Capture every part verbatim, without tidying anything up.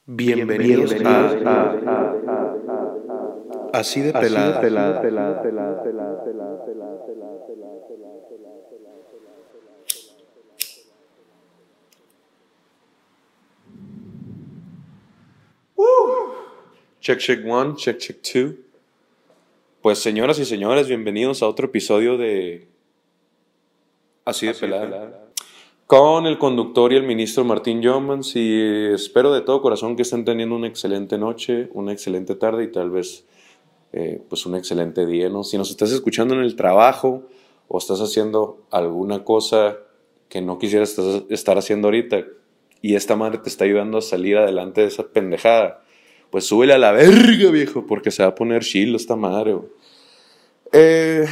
Bienvenidos, Bienvenidos a, a, a, a, a Así de Pelada. Check, check one, check, check two. Pues señoras y señores, bienvenidos a otro episodio de Así de, Así pelada. de Pelada. Con el conductor y el ministro Martín Jomans, y espero de todo corazón que estén teniendo una excelente noche, una excelente tarde y tal vez eh, pues un excelente día, ¿no? Si nos estás escuchando en el trabajo o estás haciendo alguna cosa que no quisieras estar haciendo ahorita y esta madre te está ayudando a salir adelante de esa pendejada, pues súbele a la verga, viejo, porque se va a poner chilo esta madre, güey. Eh,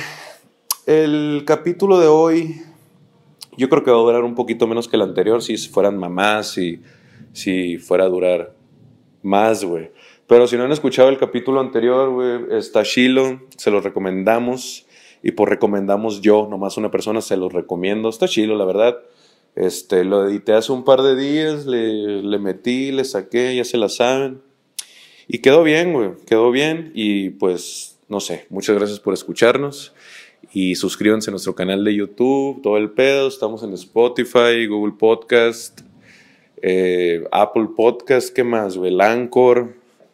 el capítulo de hoy yo creo que va a durar un poquito menos que el anterior, si fueran mamás, si, si fuera a durar más, güey. Pero si no han escuchado el capítulo anterior, güey, está chilo, se los recomendamos. Y por recomendamos yo, nomás una persona, se los recomiendo. Está chilo, la verdad. Este, lo edité hace un par de días, le, le metí, le saqué, ya se la saben. Y quedó bien, güey, quedó bien. Y pues, no sé, muchas gracias por escucharnos. Y suscríbanse a nuestro canal de YouTube, todo el pedo. Estamos en Spotify, Google Podcast, eh, Apple Podcast, ¿qué más, güey? El Anchor.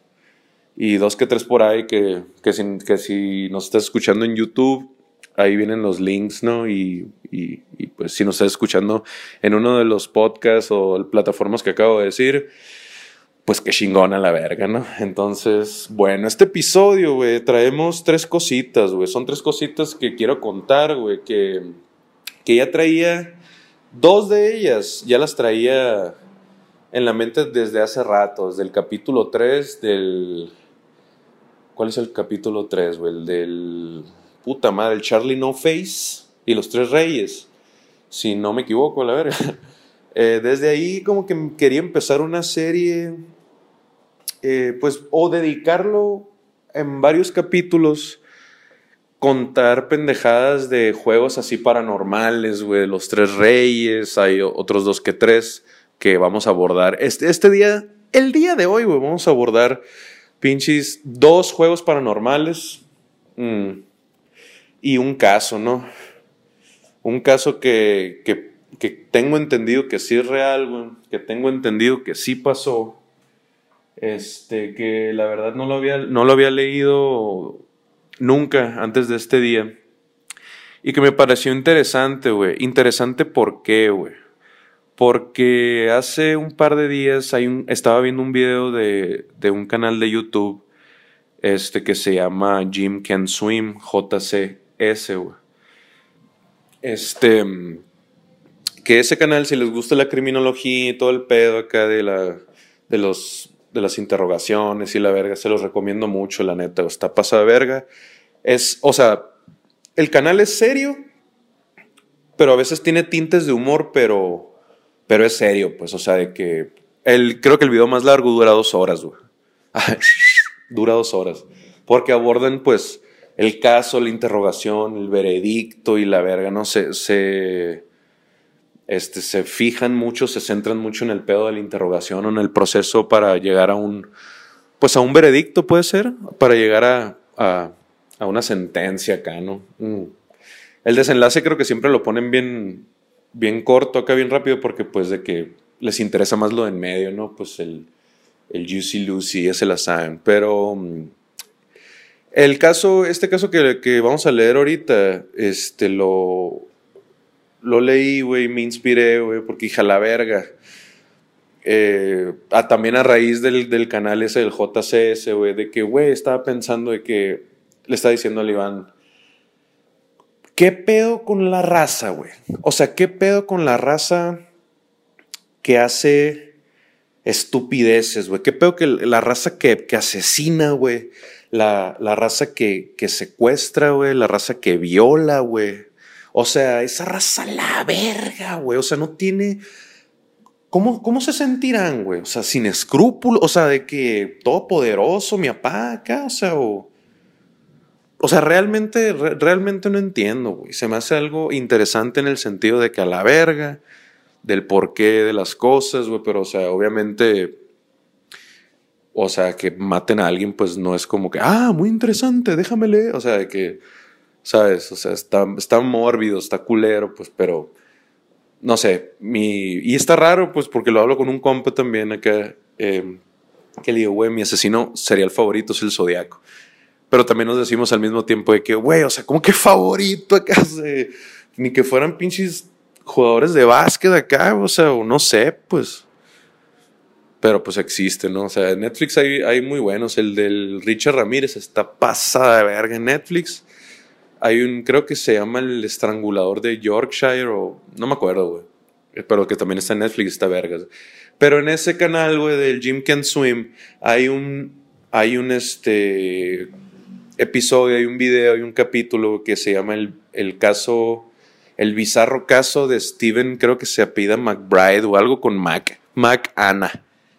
Y dos que tres por ahí que, que, si, que si nos estás escuchando en YouTube, ahí vienen los links, ¿no? Y, y, y pues si nos estás escuchando en uno de los podcasts o plataformas que acabo de decir, pues qué chingona la verga, ¿no? Entonces, bueno, este episodio, güey, traemos tres cositas, güey. Son tres cositas que quiero contar, güey, que, que ya traía, dos de ellas ya las traía en la mente desde hace rato, desde el capítulo tres del... ¿Cuál es el capítulo tres, güey? El del... Puta madre, el Charlie No Face y los Tres Reyes, si no me equivoco, la verga. Eh, desde ahí como que quería empezar una serie, eh, pues, o dedicarlo en varios capítulos, contar pendejadas de juegos así paranormales, güey, los Tres Reyes, hay otros dos que tres que vamos a abordar. Este, este día, el día de hoy, güey, vamos a abordar pinches dos juegos paranormales mm, y un caso, ¿no? Un caso que... que que tengo entendido que sí es real, güey, que tengo entendido que sí pasó, este, que la verdad no lo había, no lo había leído nunca antes de este día, y que me pareció interesante, güey. Interesante, ¿por qué, güey? Porque hace un par de días hay un, estaba viendo un video de, de un canal de YouTube, este, que se llama Jim Can Swim, J C S, güey. Este... que ese canal, si les gusta la criminología y todo el pedo acá de, la, de, los, de las interrogaciones y la verga, se los recomiendo mucho, la neta, está pasada de verga. Es, o sea, el canal es serio, pero a veces tiene tintes de humor, pero, pero es serio, pues, o sea, de que, el, creo que el video más largo dura dos horas, güey. Dura dos horas, porque abordan, pues, el caso, la interrogación, el veredicto y la verga, no sé, se... Este, se fijan mucho, se centran mucho en el pedo de la interrogación o en el proceso para llegar a un, pues a un veredicto, puede ser, para llegar a, a, a una sentencia acá, ¿no? Mm. El desenlace creo que siempre lo ponen bien, bien corto acá, bien rápido, porque pues de que les interesa más lo de en medio, ¿no? Pues el, el Juicy Lucy, ese la saben, pero mm, el caso, este caso que, que vamos a leer ahorita, este, lo... Lo leí, güey, me inspiré, güey, porque hija la verga. Eh, a, también a raíz del, del canal ese del J C S, güey, de que, güey, estaba pensando de que, le estaba diciendo al Iván, ¿qué pedo con la raza, güey? O sea, ¿qué pedo con la raza que hace estupideces, güey? ¿Qué pedo que la raza que, que asesina, güey? La, la raza que, que secuestra, güey, la raza que viola, güey. O sea, esa raza la verga, güey. O sea, no tiene... ¿Cómo, cómo se sentirán, güey? O sea, sin escrúpulos. O sea, de que todopoderoso, mi papá acá. O sea, o... O sea, realmente, re, realmente no entiendo, güey. Se me hace algo interesante en el sentido de que a la verga, del porqué de las cosas, güey. Pero, o sea, obviamente... o sea, que maten a alguien, pues no es como que, ah, muy interesante, déjame leer. O sea, de que, ¿sabes? O sea, está, está mórbido, está culero, pues, pero, no sé, mi... Y está raro, pues, porque lo hablo con un compa también acá, eh, que le digo, güey, mi asesino serial favorito es el Zodiaco. Pero también nos decimos al mismo tiempo de que, güey, o sea, ¿cómo que favorito acá? Se... Ni que fueran pinches jugadores de básquet acá, o sea, o no sé, pues. Pero pues existe, ¿no? O sea, en Netflix hay, hay muy buenos. El del Richard Ramírez está pasada de verga en Netflix. Hay un, creo que se llama El Estrangulador de Yorkshire, o no me acuerdo, güey. Pero que también está en Netflix, está verga. Pero en ese canal, güey, del Jim Can Swim, hay un, hay un, este, episodio, hay un video, hay un capítulo que se llama el, el caso, el bizarro caso de Steven, creo que se apellida McBride o algo con Mac, Mac Anna.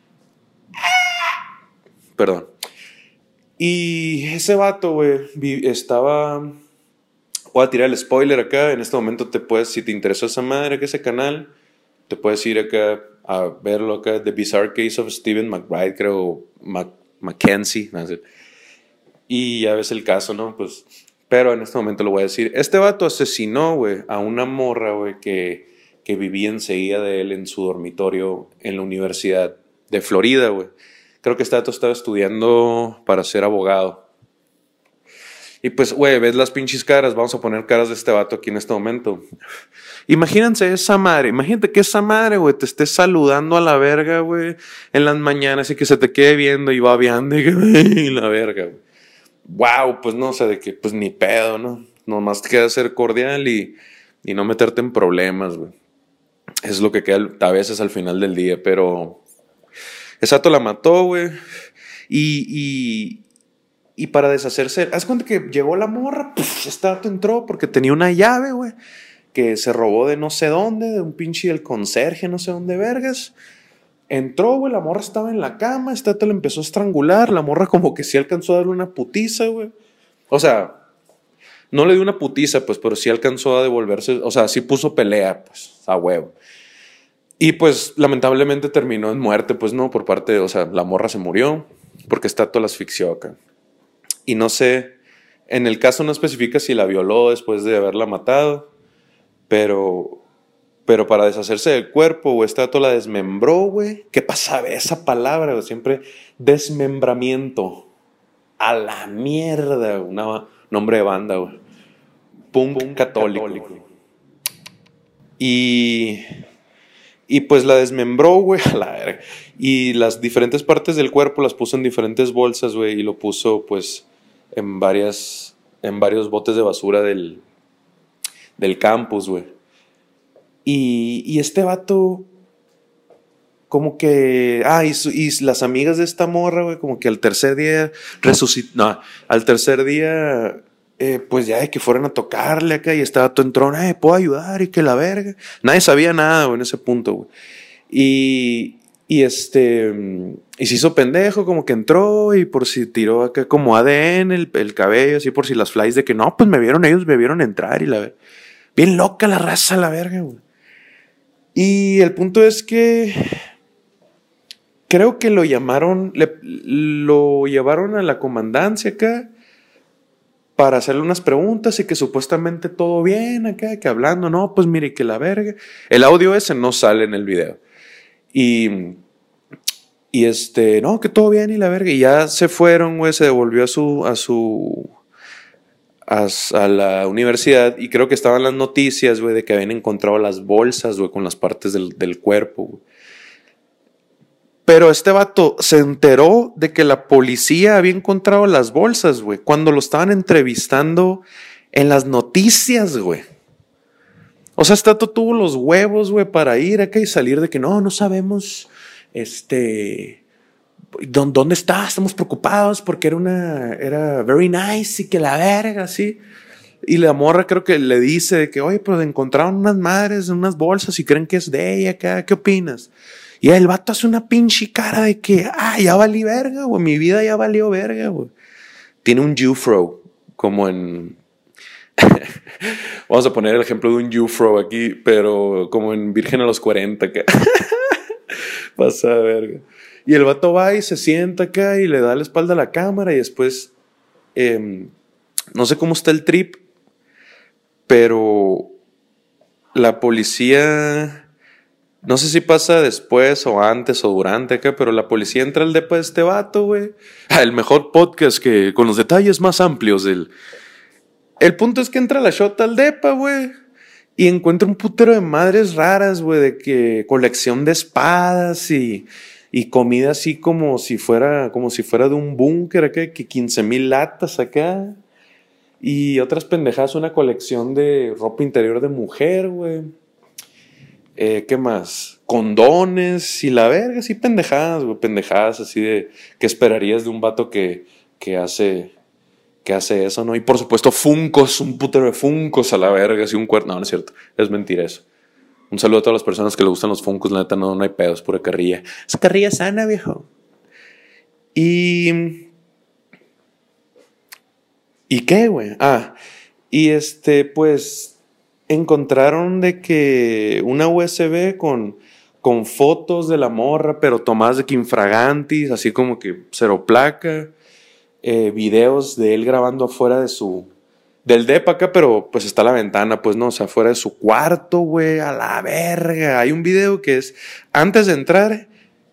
Perdón. Y ese vato, güey, estaba... Voy a tirar el spoiler acá. En este momento te puedes, si te interesó esa madre, que ese canal, te puedes ir acá a verlo acá. The Bizarre Case of Stephen McBride, creo, Mac, Mackenzie. No sé. Y ya ves el caso, ¿no? Pues, pero en este momento lo voy a decir. Este vato asesinó, güey, a una morra, güey, que, que vivía enseguida de él en su dormitorio en la Universidad de Florida, güey. Creo que este vato estaba estudiando para ser abogado. Y pues, güey, ves las pinches caras. Vamos a poner caras de este vato aquí en este momento. Imagínense esa madre. Imagínate que esa madre, güey, te esté saludando a la verga, güey, en las mañanas y que se te quede viendo y babeando y la verga, güey. Wow, pues no sé, de que, pues ni pedo, ¿no? Nomás te queda ser cordial y, y no meterte en problemas, güey. Es lo que queda a veces al final del día, pero... Ese vato la mató, güey. Y... y Y para deshacerse, haz cuenta que llegó la morra, puf, este vato entró porque tenía una llave, güey, que se robó de no sé dónde, de un pinche del conserje, no sé dónde vergas. Entró, güey, la morra estaba en la cama, este vato le empezó a estrangular, la morra como que sí alcanzó a darle una putiza, güey. O sea, no le dio una putiza, pues, pero sí alcanzó a devolverse, o sea, sí puso pelea, pues, a huevo. Y pues, lamentablemente terminó en muerte, pues, no, por parte de, o sea, la morra se murió porque este vato la asfixió acá. Y no sé, en el caso no especifica si la violó después de haberla matado, pero, pero para deshacerse del cuerpo, güey, este vato la desmembró, güey. ¿Qué pasa esa palabra, güey? Siempre desmembramiento. A la mierda, un nombre de banda, güey. Punk, Punk católico. católico. Y... Y pues la desmembró, güey, a la verga. Y las diferentes partes del cuerpo las puso en diferentes bolsas, güey, y lo puso, pues... En varias, en varios botes de basura del, del campus, güey. Y, y este vato, como que, ah, y, su, y las amigas de esta morra, güey, como que al tercer día resucitó, no, al tercer día, eh, pues ya de que fueran a tocarle acá, y este vato entró, eh, puedo ayudar, y que la verga. Nadie sabía nada, güey, en ese punto, güey. Y... Y este, y se hizo pendejo, como que entró y por si tiró acá como A D N el, el cabello, así por si las flies de que no, pues me vieron ellos, me vieron entrar y la bien loca la raza, la verga, güey. Y el punto es que creo que lo llamaron, le, lo llevaron a la comandancia acá para hacerle unas preguntas y que supuestamente todo bien acá, que hablando, no, pues mire que la verga. El audio ese no sale en el video. Y, y este, no, que todo bien y la verga. Y ya se fueron, güey, se devolvió a su, a su, a, a la universidad. Y creo que estaban las noticias, güey, de que habían encontrado las bolsas, güey, con las partes del, del cuerpo, güey. Pero este vato se enteró de que la policía había encontrado las bolsas, güey, cuando lo estaban entrevistando en las noticias, güey. O sea, este vato tuvo los huevos, güey, para ir acá y salir de que no, no sabemos, este, ¿dónde está? Estamos preocupados porque era una, era very nice y que la verga, así. Y la morra creo que le dice de que, oye, pues encontraron unas madres en unas bolsas y creen que es de ella acá, ¿qué opinas? Y el vato hace una pinche cara de que, ah, ya valí verga, güey, mi vida ya valió verga, güey. Tiene un Jufro, como en... Vamos a poner el ejemplo de un Jufro aquí, pero como en Virgen a los cuarenta. Que pasa verga. Y el vato va y se sienta acá y le da la espalda a la cámara y después, eh, no sé cómo está el trip, pero la policía, no sé si pasa después o antes o durante acá, pero la policía entra al depa de este vato, güey. Ah, el mejor podcast que con los detalles más amplios del... El punto es que entra la shota al depa, güey. Y encuentra un putero de madres raras, güey, de que colección de espadas y, y comida así como si fuera, como si fuera de un búnker acá, que quince mil latas acá. Y otras pendejadas, una colección de ropa interior de mujer, güey. Eh, ¿Qué más? Condones y la verga, así pendejadas, güey, pendejadas así de que esperarías de un vato que, que hace... que hace eso, ¿no? Y por supuesto Funkos, un putero de Funkos a la verga, así un cuerno, no, no es cierto, es mentira eso. Un saludo a todas las personas que le gustan los Funkos, la neta no, no hay pedo, es pura carrilla. Es carrilla sana, viejo. Y... ¿Y qué, güey? Ah, y este, pues, encontraron de que una U S B con, con fotos de la morra, pero tomadas de que infragantis, así como que cero placa. Eh, videos de él grabando afuera de su... del depa acá, pero pues está la ventana, pues no, o sea, afuera de su cuarto, güey, a la verga. Hay un video que es antes de entrar...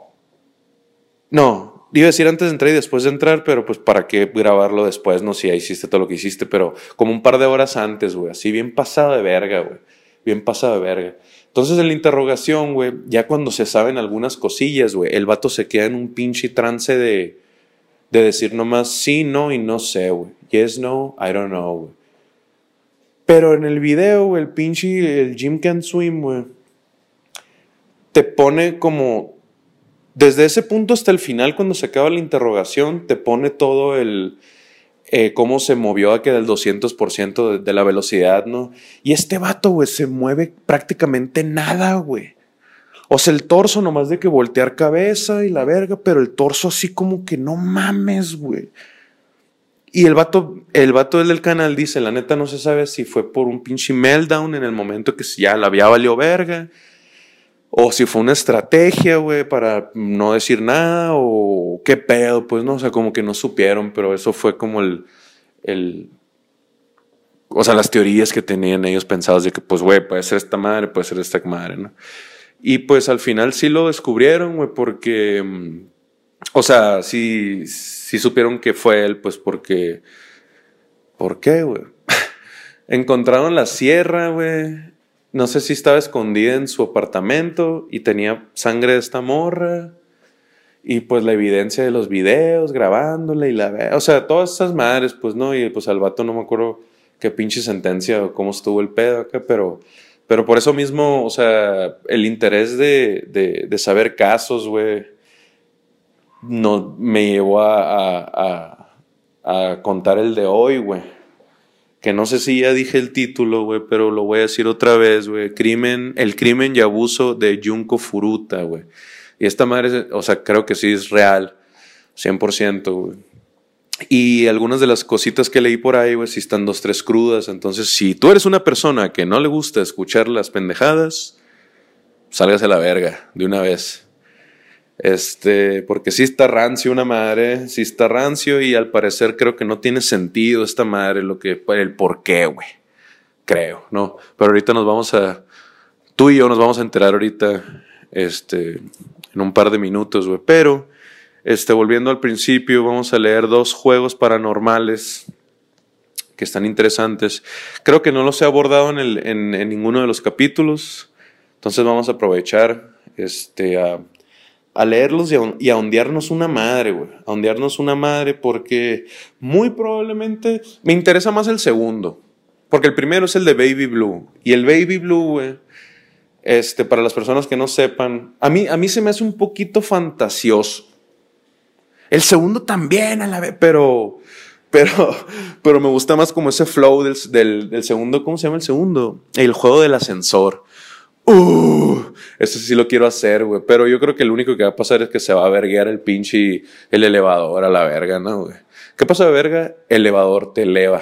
No, iba a decir antes de entrar y después de entrar, pero pues para qué grabarlo después, no, si ya hiciste todo lo que hiciste, pero como un par de horas antes, güey, así bien pasado de verga, güey, bien pasado de verga. Entonces en la interrogación, güey, ya cuando se saben algunas cosillas, güey, el vato se queda en un pinche trance de... de decir nomás sí, no y no sé, güey. Yes, no, I don't know, güey. Pero en el video, güey, el pinche, el Jim Can Swim, güey, te pone como, desde ese punto hasta el final, cuando se acaba la interrogación, te pone todo el, eh, cómo se movió a que del doscientos por ciento de, de la velocidad, ¿no? Y este vato, güey, se mueve prácticamente nada, güey. O sea, el torso nomás de que voltear cabeza y la verga, pero el torso así como que no mames, güey. Y el vato, el vato del canal dice, la neta no se sabe si fue por un pinche meltdown en el momento que ya la había valió verga, o si fue una estrategia, güey, para no decir nada, o qué pedo, pues no, o sea, como que no supieron, pero eso fue como el, el o sea, las teorías que tenían ellos pensados de que, pues, güey, puede ser esta madre, puede ser esta madre, ¿no? Y pues al final sí lo descubrieron, güey, porque, o sea, sí, sí supieron que fue él, pues porque, ¿por qué, güey? Encontraron la sierra, güey, no sé si estaba escondida en su apartamento y tenía sangre de esta morra, y pues la evidencia de los videos, grabándola y la, o sea, todas esas madres, pues no, y pues al vato no me acuerdo qué pinche sentencia o cómo estuvo el pedo acá, pero... Pero por eso mismo, o sea, el interés de, de, de saber casos, güey, no, me llevó a, a, a, a contar el de hoy, güey. Que no sé si ya dije el título, güey, pero lo voy a decir otra vez, güey. Crimen, el crimen y abuso de Junko Furuta, güey. Y esta madre, o sea, creo que sí es real, cien por ciento, güey. Y algunas de las cositas que leí por ahí, güey, sí están dos, tres crudas. Entonces, si tú eres una persona que no le gusta escuchar las pendejadas, sálgase a la verga de una vez. Este, porque sí está rancio una madre, sí está rancio y al parecer creo que no tiene sentido esta madre, lo que, el por qué, güey. Creo, ¿no? Pero ahorita nos vamos a, tú y yo nos vamos a enterar ahorita, este, en un par de minutos, güey. Pero... Este, volviendo al principio, vamos a leer dos juegos paranormales que están interesantes. Creo que no los he abordado en, el, en, en ninguno de los capítulos, entonces vamos a aprovechar este, a, a leerlos y a, y a ondearnos una madre, güey. A ondearnos una madre porque muy probablemente me interesa más el segundo, porque el primero es el de Baby Blue. Y el Baby Blue, güey, este, para las personas que no sepan, a mí, a mí se me hace un poquito fantasioso. El segundo también, a la vez, pero, pero, pero me gusta más como ese flow del, del, del segundo. ¿Cómo se llama el segundo? El juego del ascensor. Uh, eso sí lo quiero hacer, güey. Pero yo creo que lo único que va a pasar es que se va a verguear el pinche el elevador a la verga, ¿no, güey? ¿Qué pasa de verga? Elevador te eleva.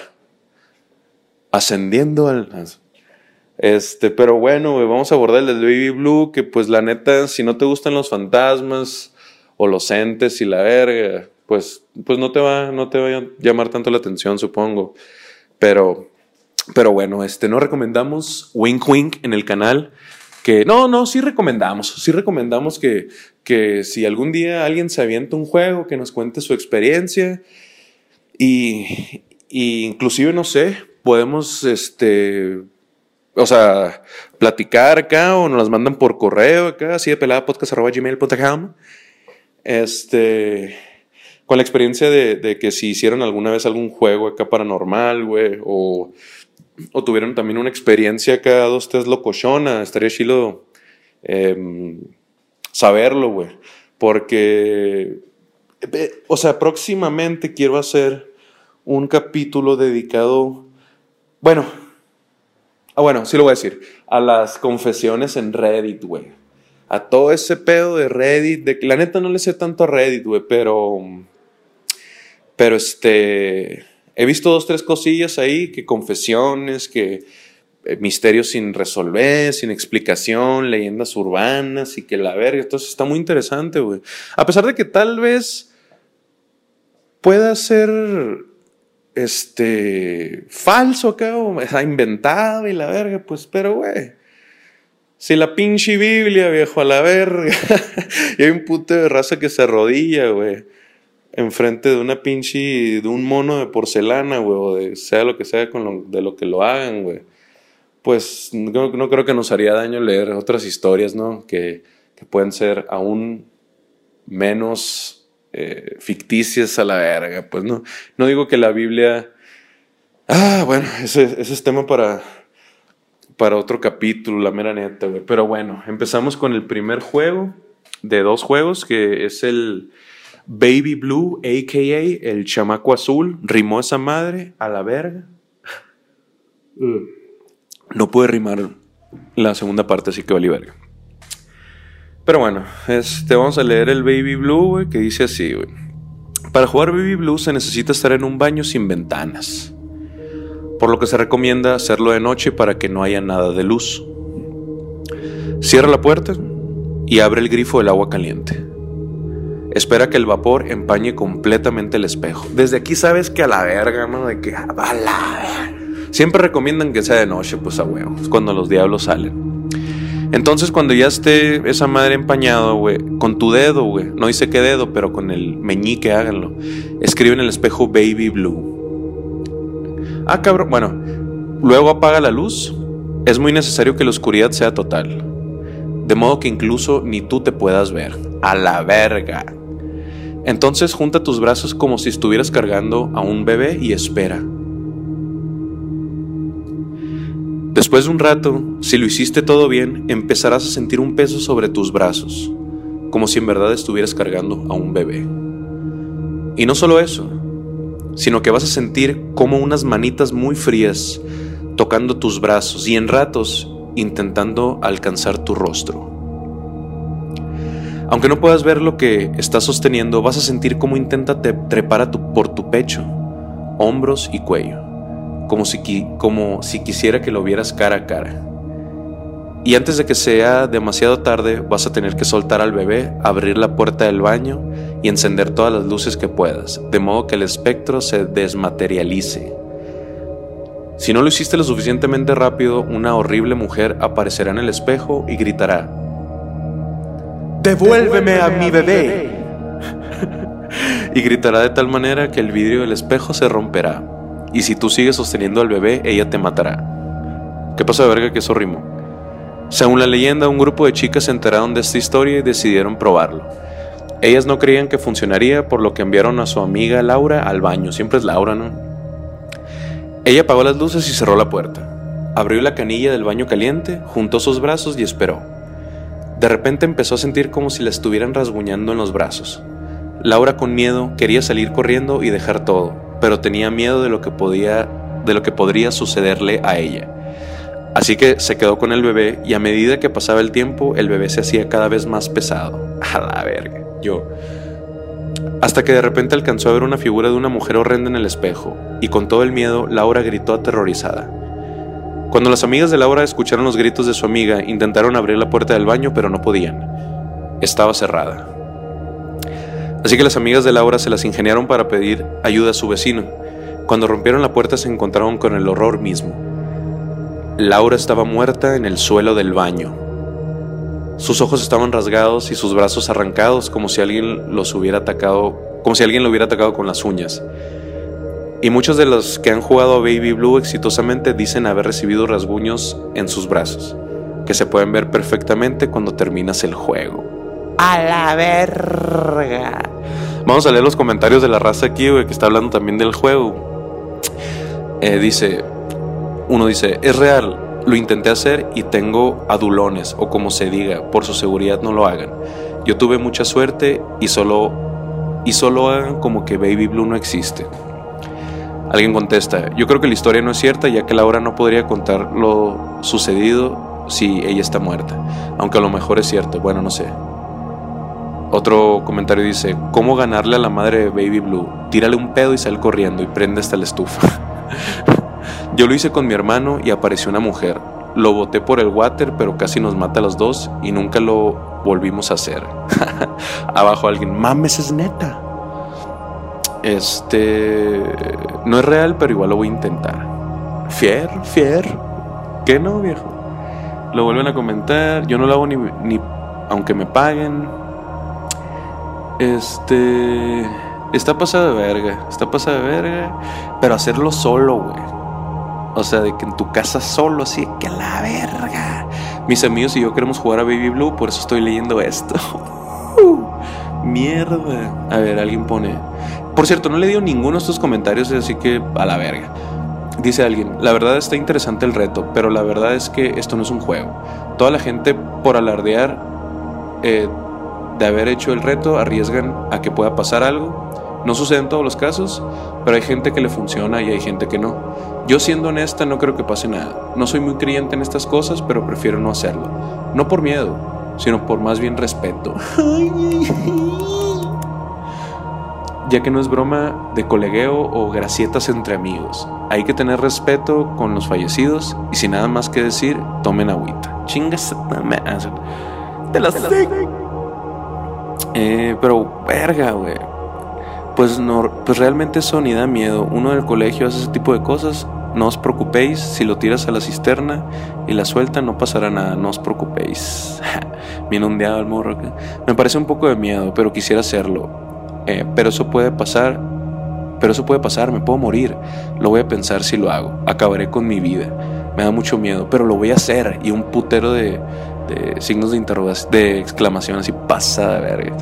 Ascendiendo al... Este, pero bueno, güey, vamos a abordar el del Baby Blue, que pues la neta, si no te gustan los fantasmas... o los entes y la verga, pues, pues no te va, no te va a llamar tanto la atención, supongo. Pero, pero bueno, este, no recomendamos wink wink en el canal. Que no, no, sí recomendamos, sí recomendamos que, que si algún día alguien se avienta un juego, que nos cuente su experiencia y, y inclusive, no sé, podemos, este, o sea, platicar acá o nos las mandan por correo acá, así de pelada podcast arroba gmail punto com, este, con la experiencia de, de que si hicieron alguna vez algún juego acá paranormal, güey, o... o tuvieron también una experiencia acá, dos, tres locochona, estaría chido eh, saberlo, güey. Porque, eh, o sea, próximamente quiero hacer un capítulo dedicado, bueno, ah, bueno, sí lo voy a decir, a las confesiones en Reddit, güey. A todo ese pedo de Reddit, de, la neta no le sé tanto a Reddit, güey, pero, pero este... he visto dos, tres cosillas ahí, que confesiones, que eh, misterios sin resolver, sin explicación, leyendas urbanas y que la verga. Entonces está muy interesante, güey. A pesar de que tal vez pueda ser este falso acá o sea, inventado y la verga, pues, pero güey. Si la pinche Biblia, viejo, a la verga. Y hay un puto de raza que se arrodilla, güey, enfrente de una pinche, de un mono de porcelana, güey, o de sea lo que sea con lo, de lo que lo hagan, güey. Pues no, no creo que nos haría daño leer otras historias, ¿no? Que, que pueden ser aún menos eh, ficticias a la verga, pues no. No digo que la Biblia... Ah, bueno, ese, ese es tema para, para otro capítulo, la mera neta, güey. Pero bueno, empezamos con el primer juego de dos juegos, que es el... Baby Blue, a k a el chamaco azul. Rimó esa madre a la verga. No puede rimar la segunda parte, así que vale verga. Pero bueno, este, vamos a leer el Baby Blue, güey, que dice así, güey. Para jugar Baby Blue se necesita estar en un baño sin ventanas, por lo que se recomienda hacerlo de noche para que no haya nada de luz. Cierra la puerta y abre el grifo del agua caliente. Espera que el vapor empañe completamente el espejo. Desde aquí sabes que a la verga, ¿no? De que a la verga. Siempre recomiendan que sea de noche, pues a huevo. Es cuando los diablos salen. Entonces, cuando ya esté esa madre empañado, güey, con tu dedo, güey, no dice qué dedo, pero con el meñique háganlo. Escribe en el espejo Baby Blue. Ah, cabrón. Bueno, luego apaga la luz. Es muy necesario que la oscuridad sea total, de modo que incluso ni tú te puedas ver. A la verga. Entonces junta tus brazos como si estuvieras cargando a un bebé y espera. Después de un rato, si lo hiciste todo bien, empezarás a sentir un peso sobre tus brazos, como si en verdad estuvieras cargando a un bebé. Y no solo eso, sino que vas a sentir como unas manitas muy frías tocando tus brazos y en ratos intentando alcanzar tu rostro. Aunque no puedas ver lo que estás sosteniendo, vas a sentir cómo intenta te trepar a tu, por tu pecho, hombros y cuello, como si, como si quisiera que lo vieras cara a cara. Y antes de que sea demasiado tarde, vas a tener que soltar al bebé, abrir la puerta del baño y encender todas las luces que puedas, de modo que el espectro se desmaterialice. Si no lo hiciste lo suficientemente rápido, una horrible mujer aparecerá en el espejo y gritará: ¡Devuélveme a mi bebé! Y gritará de tal manera que el vidrio del espejo se romperá. Y si tú sigues sosteniendo al bebé, ella te matará. ¿Qué pasa de verga que eso rimó? Según la leyenda, un grupo de chicas se enteraron de esta historia y decidieron probarlo. Ellas no creían que funcionaría, por lo que enviaron a su amiga Laura al baño. Siempre es Laura, ¿no? Ella apagó las luces y cerró la puerta. Abrió la canilla del baño caliente, juntó sus brazos y esperó. De repente empezó a sentir como si la estuvieran rasguñando en los brazos. Laura, con miedo, quería salir corriendo y dejar todo, pero tenía miedo de lo que podía, de lo que podría sucederle a ella. Así que se quedó con el bebé y a medida que pasaba el tiempo, el bebé se hacía cada vez más pesado. A la verga, yo. Hasta que de repente alcanzó a ver una figura de una mujer horrenda en el espejo, y con todo el miedo, Laura gritó aterrorizada. Cuando las amigas de Laura escucharon los gritos de su amiga, intentaron abrir la puerta del baño, pero no podían. Estaba cerrada. Así que las amigas de Laura se las ingeniaron para pedir ayuda a su vecino. Cuando rompieron la puerta se encontraron con el horror mismo. Laura estaba muerta en el suelo del baño. Sus ojos estaban rasgados y sus brazos arrancados como si alguien los hubiera atacado, como si alguien lo hubiera atacado con las uñas. Y muchos de los que han jugado a Baby Blue exitosamente dicen haber recibido rasguños en sus brazos, que se pueden ver perfectamente cuando terminas el juego. ¡A la verga! Vamos a leer los comentarios de la raza aquí, güey, que está hablando también del juego. Eh, dice, uno dice, es real, lo intenté hacer y tengo adulones, o como se diga, por su seguridad no lo hagan. Yo tuve mucha suerte y solo, y solo hagan como que Baby Blue no existe. Alguien contesta, yo creo que la historia no es cierta, ya que Laura no podría contar lo sucedido si ella está muerta, aunque a lo mejor es cierto, bueno, no sé. Otro comentario dice, ¿cómo ganarle a la madre de Baby Blue? Tírale un pedo y sal corriendo y prende hasta la estufa. Yo lo hice con mi hermano y apareció una mujer. Lo boté por el water, pero casi nos mata a los dos y nunca lo volvimos a hacer. Abajo alguien, mames, es neta. Este... No es real, pero igual lo voy a intentar. Fier, fier. ¿Qué no, viejo? Lo vuelven a comentar. Yo no lo hago ni, ni aunque me paguen. Este... Está pasado de verga. Está pasado de verga. Pero hacerlo solo, güey. O sea, de que en tu casa solo, así que a la verga. Mis amigos y yo queremos jugar a Baby Blue, por eso estoy leyendo esto. Mierda. A ver, alguien pone... Por cierto, no le dio ninguno de estos comentarios, así que a la verga. Dice alguien, la verdad está interesante el reto, pero la verdad es que esto no es un juego. Toda la gente por alardear eh, de haber hecho el reto arriesgan a que pueda pasar algo. No sucede en todos los casos, pero hay gente que le funciona y hay gente que no. Yo, siendo honesta, no creo que pase nada. No soy muy creyente en estas cosas, pero prefiero no hacerlo. No por miedo, sino por más bien respeto. Ya que no es broma de colegueo o gracietas entre amigos. Hay que tener respeto con los fallecidos y sin nada más que decir, tomen agüita. Chingas, te la sé. Eh, pero, verga, güey. Pues, no, pues realmente eso ni da miedo. Uno del colegio hace ese tipo de cosas. No os preocupéis, si lo tiras a la cisterna y la suelta no pasará nada, no os preocupéis. Bien ondeado el morro. Me parece un poco de miedo, pero quisiera hacerlo. Eh, pero eso puede pasar, pero eso puede pasar, me puedo morir. Lo voy a pensar si lo hago, acabaré con mi vida. Me da mucho miedo, pero lo voy a hacer. Y un putero de, de signos de interrogación, de exclamación así, pasa de verga.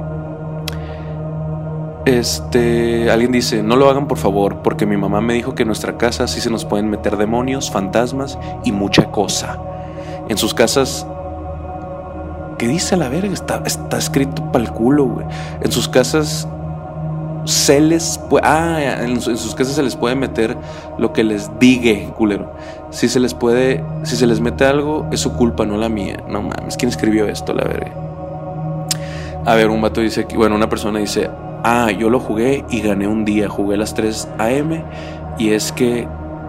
Este, alguien dice, no lo hagan por favor, porque mi mamá me dijo que en nuestra casa sí se nos pueden meter demonios, fantasmas y mucha cosa. En sus casas... ¿Qué dice la verga? Está, está escrito pa'l culo, güey. En sus casas se les puede... Ah, en, en sus casas se les puede meter lo que les digue, culero. Si se les puede... Si se les mete algo, es su culpa, no la mía. No mames, ¿quién escribió esto, la verga? A ver, un vato dice... que, bueno, una persona dice... Ah, yo lo jugué y gané un día. Jugué a las tres a eme y es que...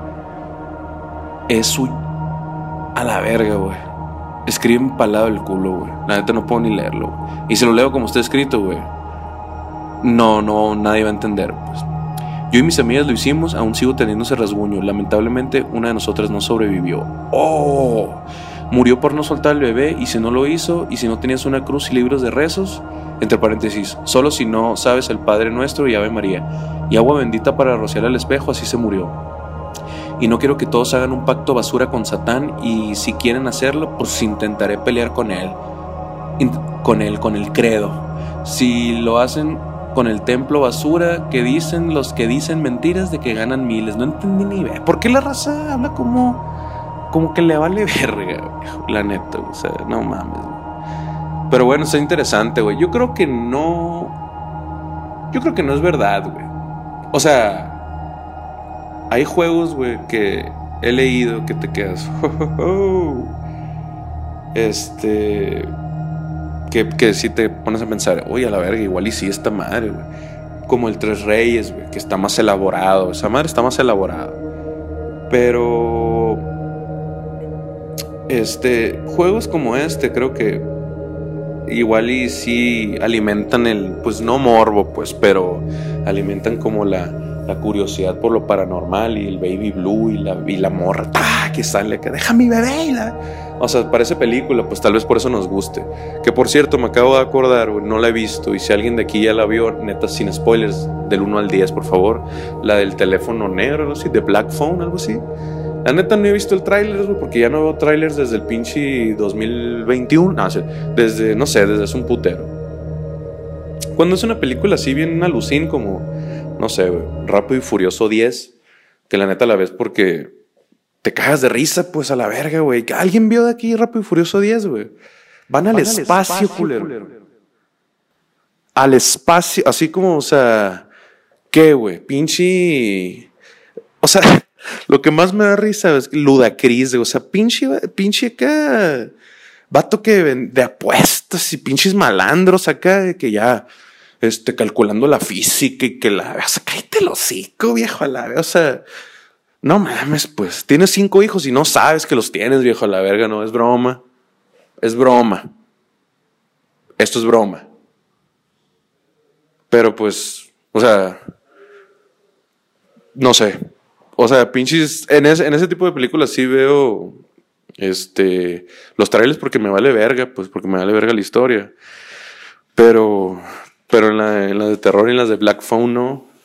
Es su... A la verga, güey. Escribe empalado el culo, güey. La neta no puedo ni leerlo. Y si lo leo como está escrito, güey, no, no, nadie va a entender, pues. Yo y mis amigas lo hicimos, aún sigo teniendo ese rasguño. Lamentablemente, una de nosotras no sobrevivió. ¡Oh! Murió por no soltar al bebé, y si no lo hizo, y si no tenías una cruz y libros de rezos, entre paréntesis, solo si no sabes el Padre Nuestro y Ave María, y agua bendita para rociar al espejo, así se murió. Y no quiero que todos hagan un pacto basura con Satán, y si quieren hacerlo, pues intentaré pelear con él, con él, con el credo. Si lo hacen con el templo basura que dicen los que dicen mentiras de que ganan miles, no entendí ni ver. ¿Por qué la raza habla como, como que le vale verga, la neta? O sea, no mames. Pero bueno, está interesante, güey. Yo creo que no, yo creo que no es verdad, güey. O sea, hay juegos, güey, que he leído que te quedas... Oh, oh, oh. Este... Que, que si te pones a pensar, oye, a la verga, igual y sí esta madre, güey. Como el Tres Reyes, güey, que está más elaborado. Esa madre está más elaborada. Pero... Este... Juegos como este, creo que... igual y sí alimentan el, pues no morbo, pues, pero alimentan como la, la curiosidad por lo paranormal y el baby blue y la, y la morra ¡ah! Que sale, que deja mi bebé y la... O sea, parece película, pues tal vez por eso nos guste. Que por cierto, me acabo de acordar, güey, no la he visto. Y si alguien de aquí ya la vio, neta, sin spoilers, del uno al diez, por favor. La del teléfono negro, algo así, de Black Phone, algo así. La neta no he visto el tráiler, güey, porque ya no veo trailers desde el pinche dos mil veintiuno. No, o sea, desde, no sé, desde hace un putero. Cuando es una película así bien alucin como, no sé, güey, Rápido y Furioso diez, que la neta la ves porque... te cagas de risa, pues, a la verga, güey. ¿Alguien vio de aquí Rápido y Furioso diez, güey? Van al Van espacio, espacio culero. culero. Al espacio, así como, o sea... ¿Qué, güey? Pinche... O sea, lo que más me da risa es Ludacris, güey. O sea, pinche... Pinche acá... Vato que de apuestas y pinches malandros acá, de que ya... Este, calculando la física y que la... O sea, cállate el hocico, viejo, a la vez. O sea... No mames, pues, tienes cinco hijos y no sabes que los tienes, viejo, a la verga, no, es broma. Es broma. Esto es broma. Pero pues, o sea, no sé. O sea, pinches, en ese, en ese tipo de películas sí veo, este, los trailers porque me vale verga, pues, porque me vale verga la historia. Pero, pero en la, en la de terror y en las de Black Phone no.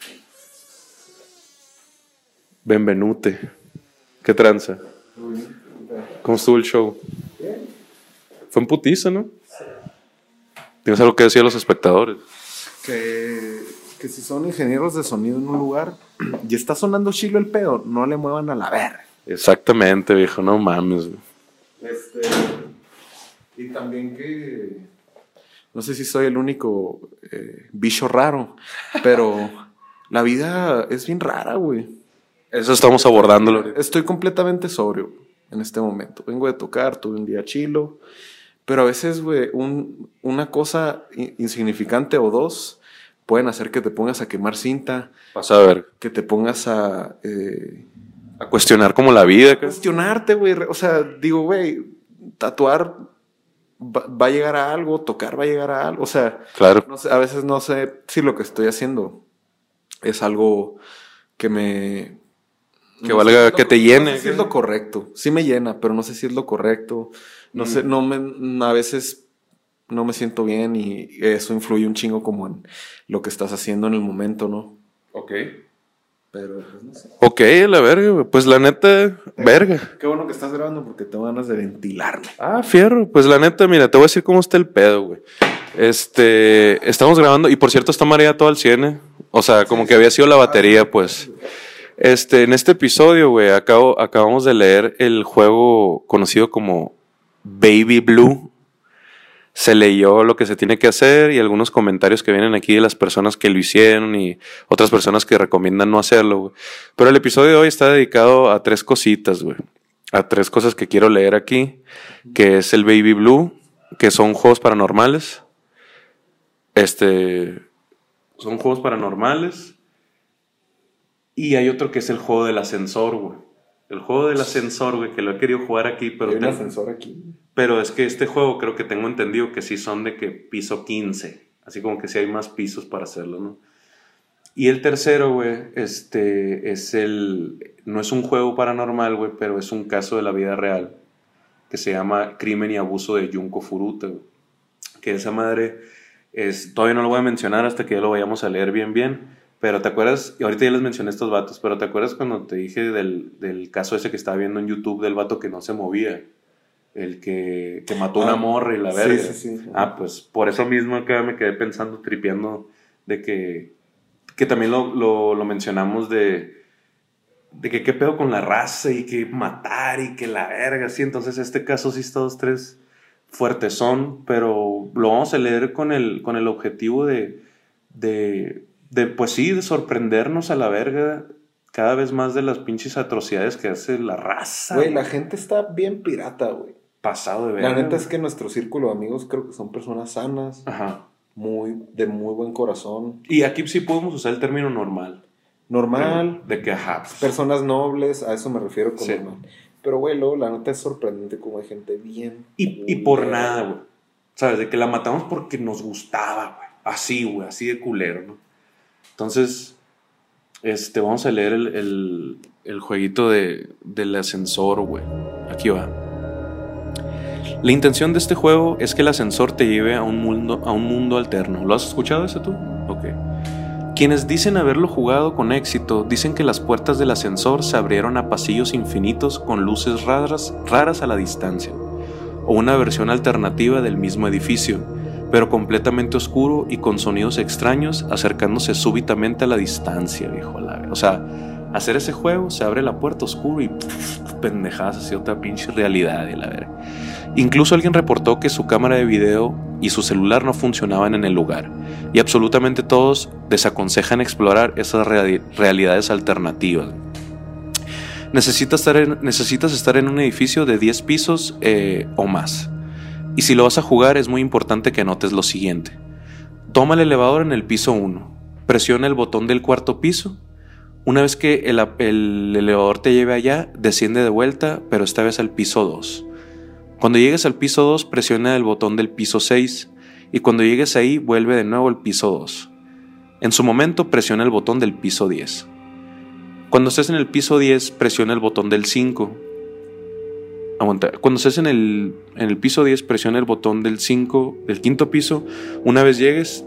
Benvenute. ¿Qué tranza? ¿Cómo estuvo el show? Fue en putiza, ¿no? ¿Tienes algo que decir a los espectadores? Que, que si son ingenieros de sonido en un lugar y está sonando chilo el pedo, no le muevan a la verga. Exactamente, viejo, no mames. Este, y también que... No sé si soy el único eh, bicho raro, pero la vida es bien rara, güey. Eso estamos abordándolo. Estoy completamente sobrio en este momento. Vengo de tocar, tuve un día chilo. Pero a veces, güey, un, una cosa insignificante o dos pueden hacer que te pongas a quemar cinta. Pasa a ver. Que te pongas a... Eh, a cuestionar como la vida. A cuestionarte, güey. O sea, digo, güey, tatuar va, va a llegar a algo, tocar va a llegar a algo. O sea, claro. No sé, a veces no sé si lo que estoy haciendo es algo que me... Que no valga, sé, que te llene. No sé si es lo correcto. Sí me llena, pero no sé si es lo correcto. No mm. sé, no me, a veces no me siento bien y eso influye un chingo como en lo que estás haciendo en el momento, ¿no? Ok. Pero, pues no sé. Ok, la verga, pues la neta, eh, verga. Qué bueno que estás grabando porque tengo ganas de ventilarme. Ah, fierro. Pues la neta, mira, te voy a decir cómo está el pedo, güey. Este, estamos grabando y por cierto está María todo al cien, ¿eh? O sea, como sí, que había sido la batería, pues... Este, en este episodio, güey, acabo, acabamos de leer el juego conocido como Baby Blue. Se leyó lo que se tiene que hacer y algunos comentarios que vienen aquí de las personas que lo hicieron y otras personas que recomiendan no hacerlo, güey. Pero el episodio de hoy está dedicado a tres cositas, güey. A tres cosas que quiero leer aquí, que es el Baby Blue, que son juegos paranormales. Este, son juegos paranormales. Y hay otro que es el juego del ascensor, güey. El juego del ascensor, güey, que lo he querido jugar aquí, pero... Hay un ascensor aquí. Pero es que este juego creo que tengo entendido que sí son de que piso quince. Así como que sí hay más pisos para hacerlo, ¿no? Y el tercero, güey, este, es el... No es un juego paranormal, güey, pero es un caso de la vida real. Que se llama Crimen y Abuso de Junko Furuta, güey. Que esa madre es... Todavía no lo voy a mencionar hasta que ya lo vayamos a leer bien, bien... Pero te acuerdas, y ahorita ya les mencioné estos vatos, pero te acuerdas cuando te dije del, del caso ese que estaba viendo en YouTube del vato que no se movía, el que, que mató ah, una morra y la verga. Sí, sí, sí. Ah, pues por eso mismo acá me quedé pensando, tripeando, de que, que también lo, lo, lo mencionamos de, de que qué pedo con la raza y que matar y que la verga, sí. Entonces este caso sí está dos, tres fuertes son, pero lo vamos a leer con el, con el objetivo de... de De, pues sí, de sorprendernos a la verga cada vez más de las pinches atrocidades que hace la raza. Güey, la gente está bien pirata, güey. Pasado de verga. La neta es que nuestro círculo de amigos creo que son personas sanas. Ajá. Muy, de muy buen corazón. Y aquí sí podemos usar el término normal. Normal. De que, ajá. Personas nobles, a eso me refiero con sí. normal. Pero, güey, luego la neta es sorprendente como hay gente bien. Y, y por nada, güey. ¿Sabes? De que la matamos porque nos gustaba, güey. Así, güey, así de culero, ¿no? Entonces, este, vamos a leer el, el, el jueguito de, del ascensor, güey. Aquí va. La intención de este juego es que el ascensor te lleve a un mundo, a un mundo alterno. ¿Lo has escuchado ese tú? Ok. Quienes dicen haberlo jugado con éxito dicen que las puertas del ascensor se abrieron a pasillos infinitos con luces raras, raras a la distancia, o una versión alternativa del mismo edificio, pero completamente oscuro y con sonidos extraños acercándose súbitamente a la distancia, viejo. O sea, hacer ese juego, se abre la puerta oscuro y pff, pendejadas hacia otra pinche realidad, y la verga. Incluso alguien reportó que su cámara de video y su celular no funcionaban en el lugar, y absolutamente todos desaconsejan explorar esas reali- realidades alternativas. Necesitas estar, en, necesitas estar en un edificio de diez pisos eh, o más. Y si lo vas a jugar, es muy importante que notes lo siguiente. Toma el elevador en el piso uno, presiona el botón del cuarto piso. Una vez que el, el elevador te lleve allá, desciende de vuelta, pero esta vez al piso dos. Cuando llegues al piso dos, presiona el botón del piso seis, y cuando llegues ahí, vuelve de nuevo al piso dos. En su momento, presiona el botón del piso diez. Cuando estés en el piso diez, presiona el botón del cinco. Aguanta. Cuando estés en el, en el piso diez, presiona el botón del cinco, del quinto piso. Una vez llegues,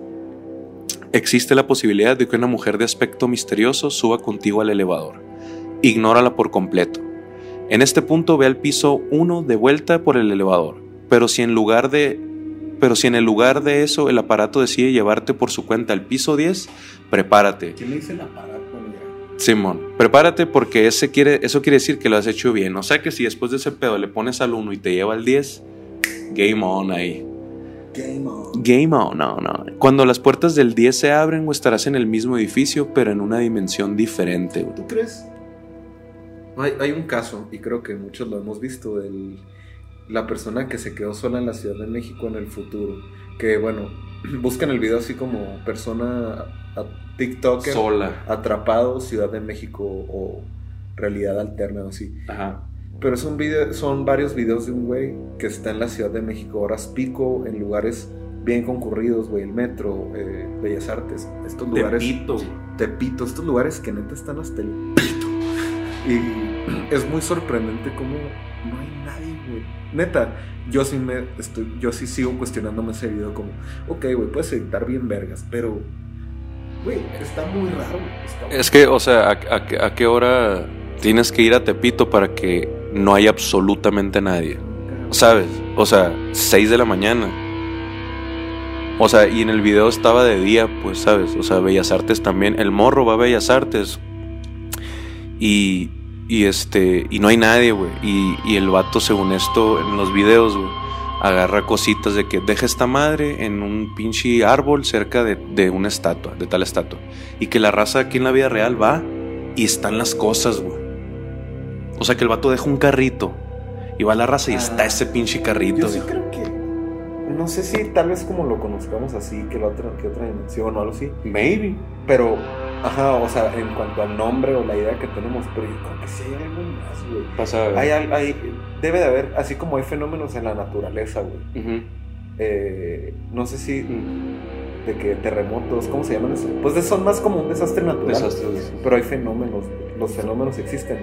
existe la posibilidad de que una mujer de aspecto misterioso suba contigo al elevador. Ignórala por completo. En este punto ve al piso uno de vuelta por el elevador, pero si en lugar de pero si en el lugar de eso el aparato decide llevarte por su cuenta al piso diez, prepárate. ¿Quién le dice el aparato? Simón, prepárate porque ese quiere, eso quiere decir que lo has hecho bien. O sea que si después de ese pedo le pones al uno y te lleva al diez, game on ahí. Game on. Game on, no, no. Cuando las puertas del diez se abren, o estarás en el mismo edificio, pero en una dimensión diferente. ¿Tú crees? Hay, hay un caso, y creo que muchos lo hemos visto, de la persona que se quedó sola en la Ciudad de México en el futuro. Que bueno, buscan el video así como persona a TikToker sola, atrapado, Ciudad de México o realidad alterna o así. Ajá. Pero es un video, son varios videos de un güey que está en la Ciudad de México, horas pico, en lugares bien concurridos, güey, el metro, eh, Bellas Artes, estos lugares. Tepito. Tepito, estos lugares que neta están hasta el pito. Y es muy sorprendente cómo no hay nadie, güey. Neta, yo sí me estoy, yo sí sigo cuestionándome ese video como, ok, güey, puedes editar bien vergas, pero, güey, está muy raro. Está muy es que, o sea, ¿a, a, a qué hora tienes que ir a Tepito para que no haya absolutamente nadie? ¿Sabes? O sea, seis de la mañana. O sea, y en el video estaba de día, pues, ¿sabes? O sea, Bellas Artes también. El morro va a Bellas Artes. Y, y este, y no hay nadie, güey. Y, y el vato, según esto, en los videos, güey, agarra cositas de que deja esta madre en un pinche árbol cerca de, de una estatua, de tal estatua. Y que la raza aquí en la vida real va y están las cosas, güey. O sea, que el vato deja un carrito y va la raza y ah, está ese pinche carrito. Yo sí güey. creo que, no sé si tal vez como lo conozcamos así, que la otra, que otra dimensión o algo así. Maybe. Pero, ajá, o sea, en cuanto al nombre o la idea que tenemos, pero yo creo que sí hay algo más, güey. Pasa, hay, hay, debe de haber, así como hay fenómenos en la naturaleza, güey. Uh-huh. Eh, no sé si uh-huh. de que terremotos, ¿cómo se llaman eso? Pues son más como un desastre natural. Desastres. Pero hay fenómenos, los fenómenos existen.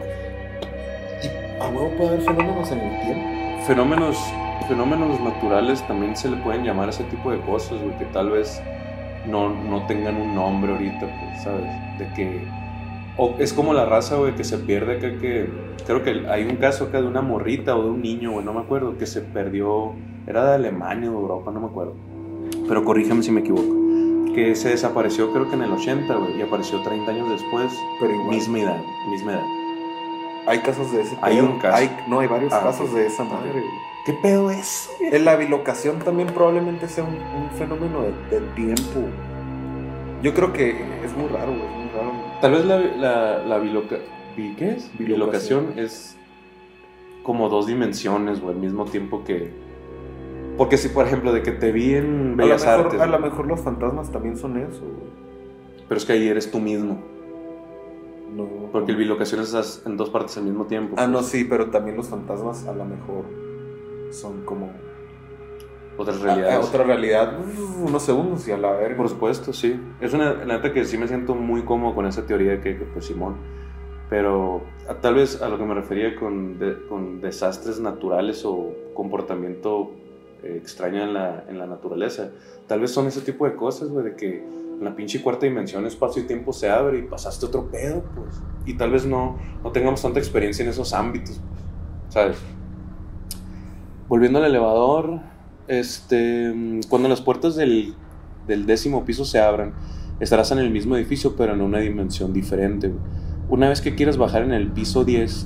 ¿A huevo puede haber fenómenos en el tiempo? Fenómenos, fenómenos naturales también se le pueden llamar a ese tipo de cosas, güey, que tal vez no, no tengan un nombre ahorita, pues, ¿sabes? De que... O es como la raza, güey, que se pierde acá, que... Creo que hay un caso acá de una morrita o de un niño, güey, no me acuerdo, que se perdió... Era de Alemania o de Europa, no me acuerdo. Pero corríjame si me equivoco. Que se desapareció creo que en el ochenta, güey, y apareció treinta años después. Pero igual. Misma edad, misma edad. Hay casos de ese Hay pedo. un caso. Hay, no, hay varios ah, casos sí. de esa madre, güey. ¿Qué pedo es? En la bilocación también probablemente sea un, un fenómeno de, de tiempo. Yo creo que es muy raro, güey, es muy raro. Tal vez la, la, la biloca... ¿Qué es? Bilocación. Bilocación es como dos dimensiones, güey, al mismo tiempo que... Porque si, por ejemplo, de que te vi en Bellas a lo mejor, Artes... A lo mejor los fantasmas también son eso, güey. Pero es que ahí eres tú mismo. No. Porque el bilocación es en dos partes al mismo tiempo. Ah, no, sí, pero también los fantasmas a lo mejor son como... otras A, realidades. a otra realidad, uh, unos segundos y a la verga. Por supuesto, sí. Es una la neta que sí me siento muy cómodo con esa teoría de que, que pues Simón. Pero a, tal vez a lo que me refería con, de, con desastres naturales o comportamiento eh, extraño en la, en la naturaleza, tal vez son ese tipo de cosas, güey, de que en la pinche cuarta dimensión espacio y tiempo se abre y pasaste otro pedo, pues. Y tal vez no, no tengamos tanta experiencia en esos ámbitos, pues, ¿sabes? Volviendo al elevador, este, cuando las puertas del, del décimo piso se abran, estarás en el mismo edificio, pero en una dimensión diferente, güey. Una vez que quieras bajar en el piso diez,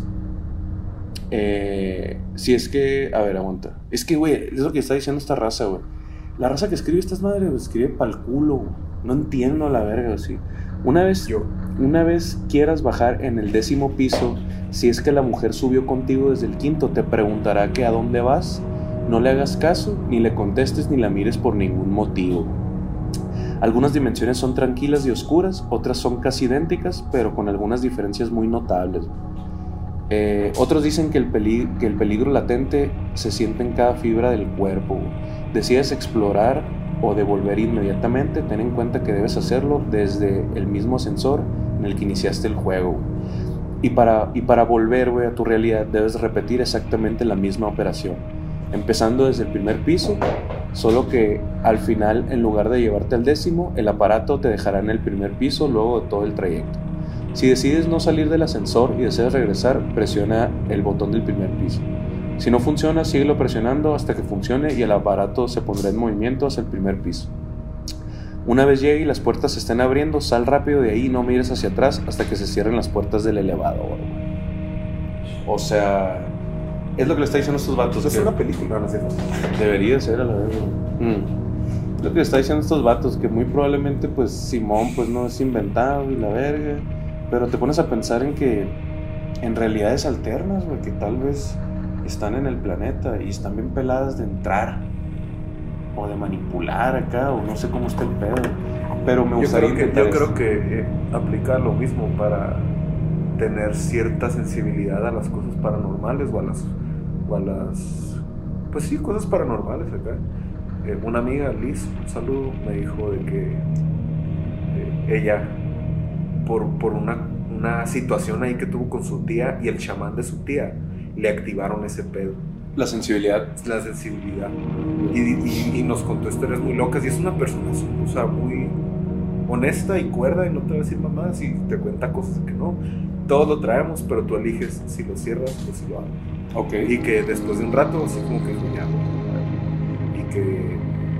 eh, si es que... A ver, aguanta. Es que, güey, es lo que está diciendo esta raza, güey. La raza que escribe estas madres, güey, escribe pa'l culo, güey. No entiendo la verga, así. Una vez, Yo. una vez quieras bajar en el décimo piso, si es que la mujer subió contigo desde el quinto, te preguntará que a dónde vas. No le hagas caso, ni le contestes, ni la mires por ningún motivo. Algunas dimensiones son tranquilas y oscuras, otras son casi idénticas, pero con algunas diferencias muy notables. Eh, otros dicen que el, peli- que el peligro latente se siente en cada fibra del cuerpo. Decides explorar o devolver inmediatamente, ten en cuenta que debes hacerlo desde el mismo ascensor en el que iniciaste el juego. Y para, y para volver, wey, a tu realidad debes repetir exactamente la misma operación, empezando desde el primer piso, solo que al final, en lugar de llevarte al décimo, el aparato te dejará en el primer piso luego de todo el trayecto. Si decides no salir del ascensor y deseas regresar, presiona el botón del primer piso. Si no funciona, síguelo presionando hasta que funcione y el aparato se pondrá en movimiento hacia el primer piso. Una vez llegue y las puertas se estén abriendo, sal rápido de ahí y no mires hacia atrás hasta que se cierren las puertas del elevador. O sea... Es lo que le está diciendo a estos vatos. Es una película, no sé. Debería ser, a la verdad. Mm. Es lo que le está diciendo a estos vatos, que muy probablemente, pues, Simón, pues, no es inventado y la verga. Pero te pones a pensar en que en realidades alternas, güey, que tal vez están en el planeta y están bien peladas de entrar o de manipular acá, o no sé cómo está el pedo. Pero me gustaría Yo creo que, yo intentar creo que eh, aplica lo mismo para tener cierta sensibilidad a las cosas paranormales o a las, o a las pues sí, cosas paranormales acá. Eh, una amiga, Liz, un saludo, me dijo de que eh, ella, por, por una, una situación ahí que tuvo con su tía y el chamán de su tía, le activaron ese pedo. la sensibilidad. La sensibilidad. Y, y, y nos contó historias muy locas. Y es una persona, o sea, muy honesta y cuerda. Y no te va a decir mamadas y te cuenta cosas que no. Todos lo traemos, pero tú eliges si lo cierras o si lo abres. Ok. Y que después de un rato, así como que ya, y que,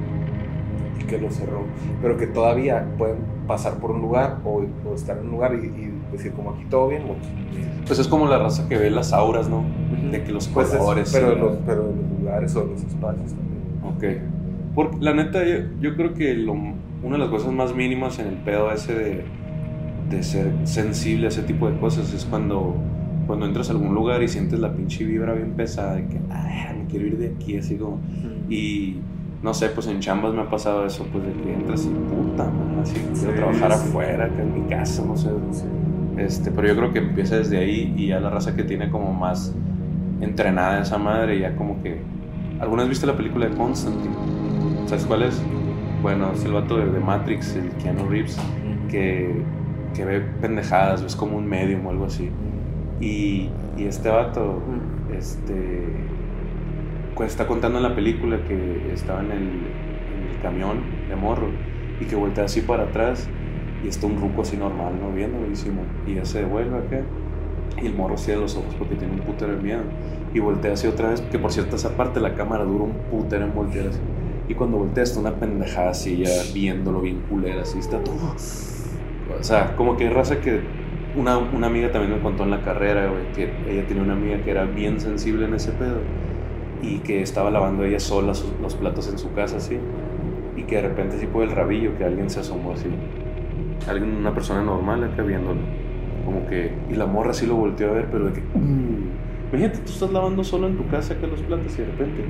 y que lo cerró. Pero que todavía pueden pasar por un lugar o, o estar en un lugar y, y decir como aquí todo bien. O, Pues es como la raza que ve las auras, ¿no? uh-huh. De que los pues colores. Es, pero, y la... los, pero los lugares o los espacios también. Ok. Porque la neta, yo, yo creo que lo, una de las cosas más mínimas en el pedo ese de, de ser sensible a ese tipo de cosas es cuando, cuando entras a algún lugar y sientes la pinche vibra bien pesada de que, ay, me quiero ir de aquí, así como. Uh-huh. Y no sé, pues en chambas me ha pasado eso, pues de que entras y puta, man, así quiero sí, trabajar sí. afuera, que en mi casa, no sé. Sí. Este, pero yo creo que empieza desde ahí y ya la raza que tiene como más entrenada esa madre, ya como que... ¿Alguna vez viste la película de Constantine? ¿Sabes cuál es? Bueno, es el vato de, de Matrix, el Keanu Reeves, que, que ve pendejadas, es como un medium o algo así. Y, y este vato, este, pues está contando en la película que estaba en el, en el camión de morro y que voltea así para atrás y está un ruco así normal, ¿no? Viendo, y, y ya se devuelve acá. Y el morro cierra los ojos porque tiene un putero de miedo. Y voltea así otra vez, que por cierto esa parte la cámara dura un putero en voltear así. Y cuando voltea está una pendejada así, ya viéndolo bien culera, así está todo. O sea, como que raza que... Una, una amiga también me contó en la carrera, güey, que ella tenía una amiga que era bien sensible en ese pedo. Y que estaba lavando ella sola sus, los platos en su casa, así. Y que de repente así por el rabillo que alguien se asomó así. Alguien, una persona normal acá viéndolo, como que, y la morra sí lo volteó a ver, pero de que, mmm, imagínate, tú estás lavando solo en tu casa acá los platos y de repente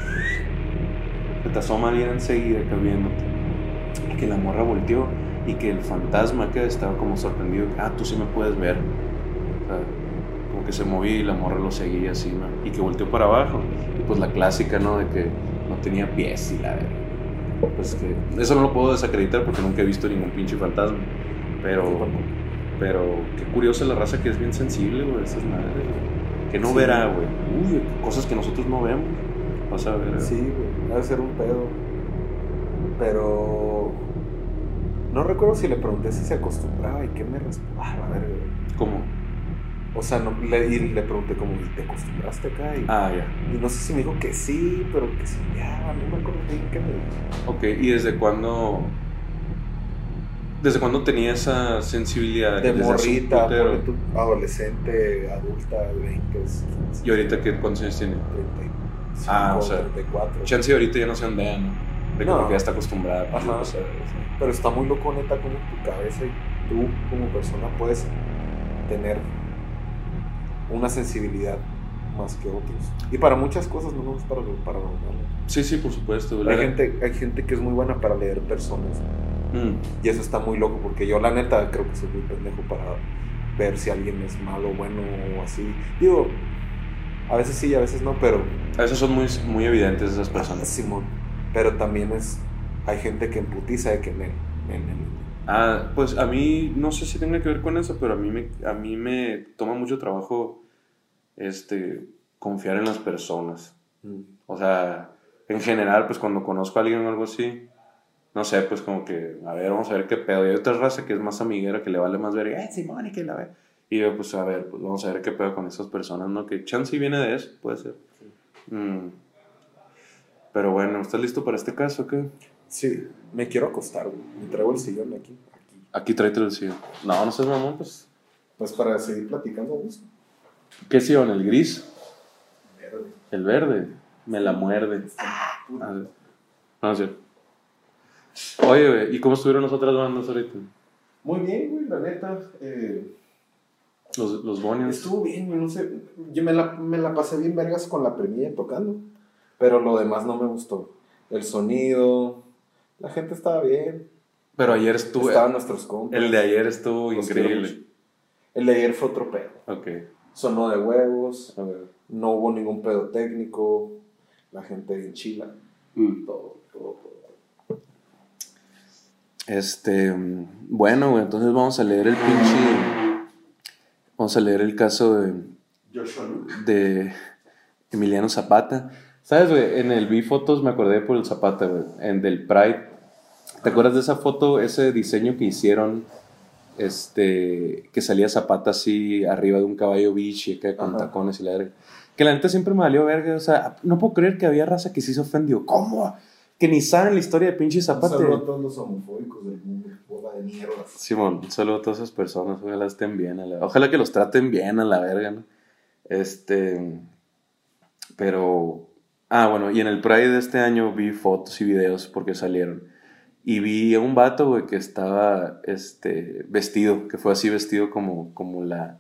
se te asoma alguien enseguida acá viéndote, y que la morra volteó y que el fantasma acá estaba como sorprendido, ah, tú sí me puedes ver, o sea, como que se movía y la morra lo seguía así, ¿no? Y que volteó para abajo, y pues la clásica, ¿no? De que no tenía pies y la verdad. Pues que eso no lo puedo desacreditar porque nunca he visto ningún pinche fantasma. Pero, pero qué curiosa la raza que es bien sensible, güey, esas madres, güey. Que no sí, verá, güey. Uy, cosas que nosotros no vemos. Vas a ver. Sí, güey, debe ser un pedo. Pero no recuerdo si le pregunté si se acostumbraba y qué me respondió. Ah, a ver, güey. ¿Cómo? O sea, no, le, y le pregunté como, ¿y te acostumbraste acá? Y, ah, ya. Y no sé si me dijo que sí, pero que sí, ya, no me acuerdo bien qué me dijo. Ok, ¿y desde cuándo? ¿Desde cuándo tenía esa sensibilidad? De morrita, adolescente, adulta, veinte. ¿Y ahorita qué, cuántos años tiene? treinta y cinco, ah, o sea, treinta y cuatro. Chance ahorita ya no se ondea, ¿no? De como no. que ya está acostumbrada. Ajá. O sea, pero está muy loco, neta, como tu cabeza y tú como persona puedes tener una sensibilidad más que otros. Y para muchas cosas, no es para lo paranormal. Sí, sí, por supuesto. Hay gente, hay gente que es muy buena para leer personas. Mm. Y eso está muy loco, porque yo la neta creo que soy muy pendejo para ver si alguien es malo, bueno o así. Digo, a veces sí, a veces no, pero... A veces son muy, muy evidentes esas personas. Ah, Simón. Pero también es... Hay gente que emputiza de que me... me, me Ah, pues a mí, no sé si tenga que ver con eso, pero a mí me, a mí me toma mucho trabajo este, confiar en las personas. Mm. O sea, en general, pues cuando conozco a alguien o algo así, no sé, pues como que, a ver, vamos a ver qué pedo. Y hay otra raza que es más amiguera, que le vale más ver, eh, Simón, y que la ve. Y yo, pues a ver, pues vamos a ver qué pedo con esas personas, ¿no? Que chance viene de eso, puede ser. Sí. Mm. Pero bueno, ¿estás listo para este caso o qué? Sí, me quiero acostar, güey. Me traigo el sillón aquí. Aquí, aquí tráete el sillón. No, no seas mamón, pues. Pues para seguir platicando, güey. ¿Qué sillón? ¿El gris? Verde. El verde. Me la muerde. Ah, no, sí. Oye, güey, ¿y cómo estuvieron las otras bandas ahorita? Muy bien, güey, la neta. Eh, los, los Bonians. Estuvo bien, güey, no sé. Yo me la, me la pasé bien vergas con la premia tocando. Pero lo demás no me gustó. El sonido... La gente estaba bien. Pero ayer estuvo... Estaban nuestros compas. El de ayer estuvo increíble. El de ayer fue otro pedo. Ok. Sonó de huevos. A ver. No hubo ningún pedo técnico. La gente en Chile. Mm. Todo, todo, todo. Este... Bueno, güey, entonces vamos a leer el pinche... Vamos a leer el caso de... Joshua. De Emiliano Zapata. ¿Sabes, güey? En el vi fotos me acordé por el Zapata, güey. En del Pride. ¿Te acuerdas de esa foto, ese diseño que hicieron? Este, que salía Zapata así arriba de un caballo bichi, acá con Ajá. tacones y la verga. Que la neta siempre me valió verga. O sea, no puedo creer que había raza que sí se ofendió. ¿Cómo? Que ni saben la historia de pinche Zapata. Un saludo a todos los homofóbicos del mundo. Bola de mierda. Simón, un saludo a todas esas personas. Ojalá estén bien. A la... Ojalá que los traten bien a la verga, ¿no? Este... Pero... Ah, bueno, y en el Pride de este año vi fotos y videos porque salieron. Y vi a un vato, güey, que estaba este, vestido, que fue así vestido como, como la...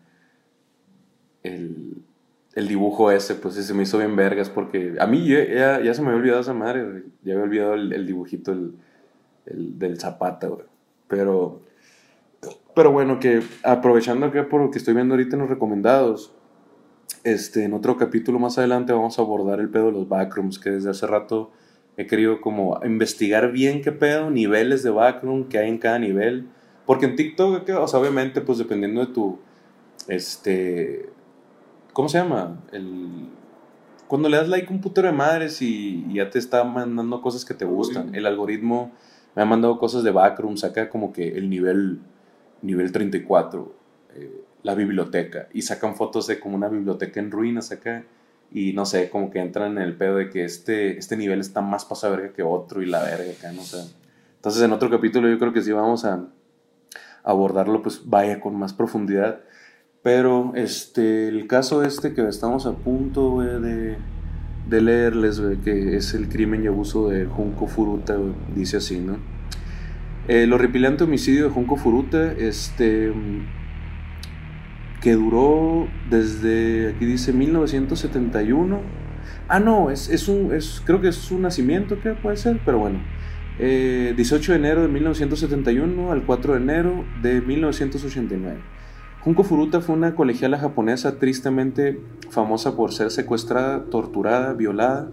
El, el dibujo ese, pues se me hizo bien vergas porque... A mí ya, ya, ya se me había olvidado esa madre, güey. Ya había olvidado el, el dibujito el, el, del Zapata, güey. Pero... Pero bueno, que aprovechando acá por lo que estoy viendo ahorita en los recomendados... Este, en otro capítulo más adelante vamos a abordar el pedo de los backrooms, que desde hace rato he querido como investigar bien qué pedo, niveles de backroom que hay en cada nivel, porque en TikTok, o sea, obviamente, pues dependiendo de tu, este, ¿cómo se llama? El, cuando le das like a un putero de madres y, y ya te está mandando cosas que te gustan, el algoritmo me ha mandado cosas de backrooms, acá como que el nivel, nivel treinta y cuatro, eh, la biblioteca, y sacan fotos de como una biblioteca en ruinas acá, y no sé, como que entran en el pedo de que este, este nivel está más pasado verga que otro, y la verga acá, no sé. Entonces en otro capítulo yo creo que sí vamos a abordarlo, pues vaya con más profundidad. Pero este, el caso este que estamos a punto, wey, de, de leerles, wey, que es el crimen y abuso de Junko Furuta, wey, dice así, ¿no? Eh, el horripilante homicidio de Junko Furuta, este... que duró desde, aquí dice, mil novecientos setenta y uno. Ah, no, es, es un, es, creo que es su nacimiento, ¿qué puede ser? Pero bueno, eh, dieciocho de enero de mil novecientos setenta y uno al cuatro de enero de mil novecientos ochenta y nueve. Junko Furuta fue una colegiala japonesa tristemente famosa por ser secuestrada, torturada, violada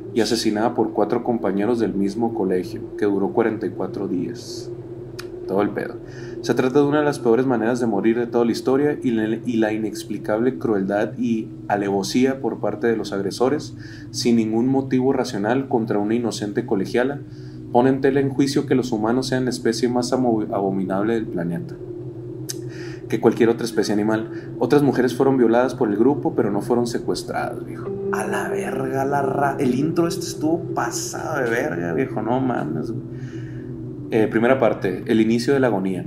y asesinada por cuatro compañeros del mismo colegio, que duró cuarenta y cuatro días. Todo el pedo. Se trata de una de las peores maneras de morir de toda la historia y la, y la inexplicable crueldad y alevosía por parte de los agresores, sin ningún motivo racional contra una inocente colegiala, pone en tela en juicio que los humanos sean la especie más abominable del planeta que cualquier otra especie animal. Otras mujeres fueron violadas por el grupo, pero no fueron secuestradas, viejo. A la verga, la ra... el intro este estuvo pasado de verga, viejo, no mames. Eh, primera parte, el inicio de la agonía.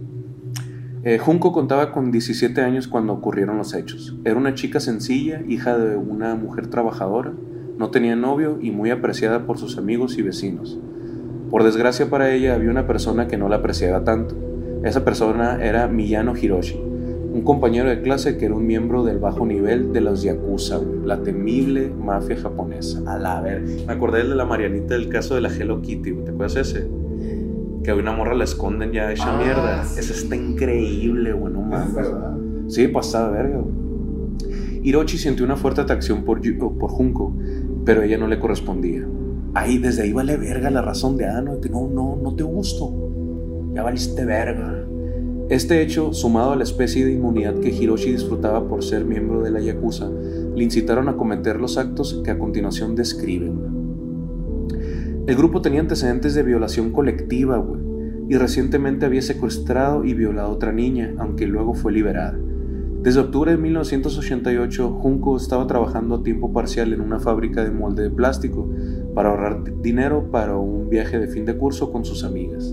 Eh, Junko contaba con diecisiete años cuando ocurrieron los hechos. Era una chica sencilla, hija de una mujer trabajadora, no tenía novio y muy apreciada por sus amigos y vecinos. Por desgracia para ella había una persona que no la apreciaba tanto. Esa persona era Miyano Hiroshi, un compañero de clase que era un miembro del bajo nivel de los Yakuza, la temible mafia japonesa. A la ver, me acordé de la Marianita del caso de la Hello Kitty, ¿te acuerdas ese? Que a una morra la esconden ya hecha ah, mierda. Sí. Esa está increíble, güey, no mames. Sí, pasada verga, güey. Hiroshi sintió una fuerte atracción por, por Junko, pero ella no le correspondía. Ahí, desde ahí vale verga la razón de Ano, de que no, no, no te gusto. Ya valiste verga. Este hecho, sumado a la especie de inmunidad que Hiroshi disfrutaba por ser miembro de la Yakuza, le incitaron a cometer los actos que a continuación describen. El grupo tenía antecedentes de violación colectiva, güey, y recientemente había secuestrado y violado a otra niña, aunque luego fue liberada. Desde octubre de mil novecientos ochenta y ocho, Junko estaba trabajando a tiempo parcial en una fábrica de molde de plástico para ahorrar dinero para un viaje de fin de curso con sus amigas.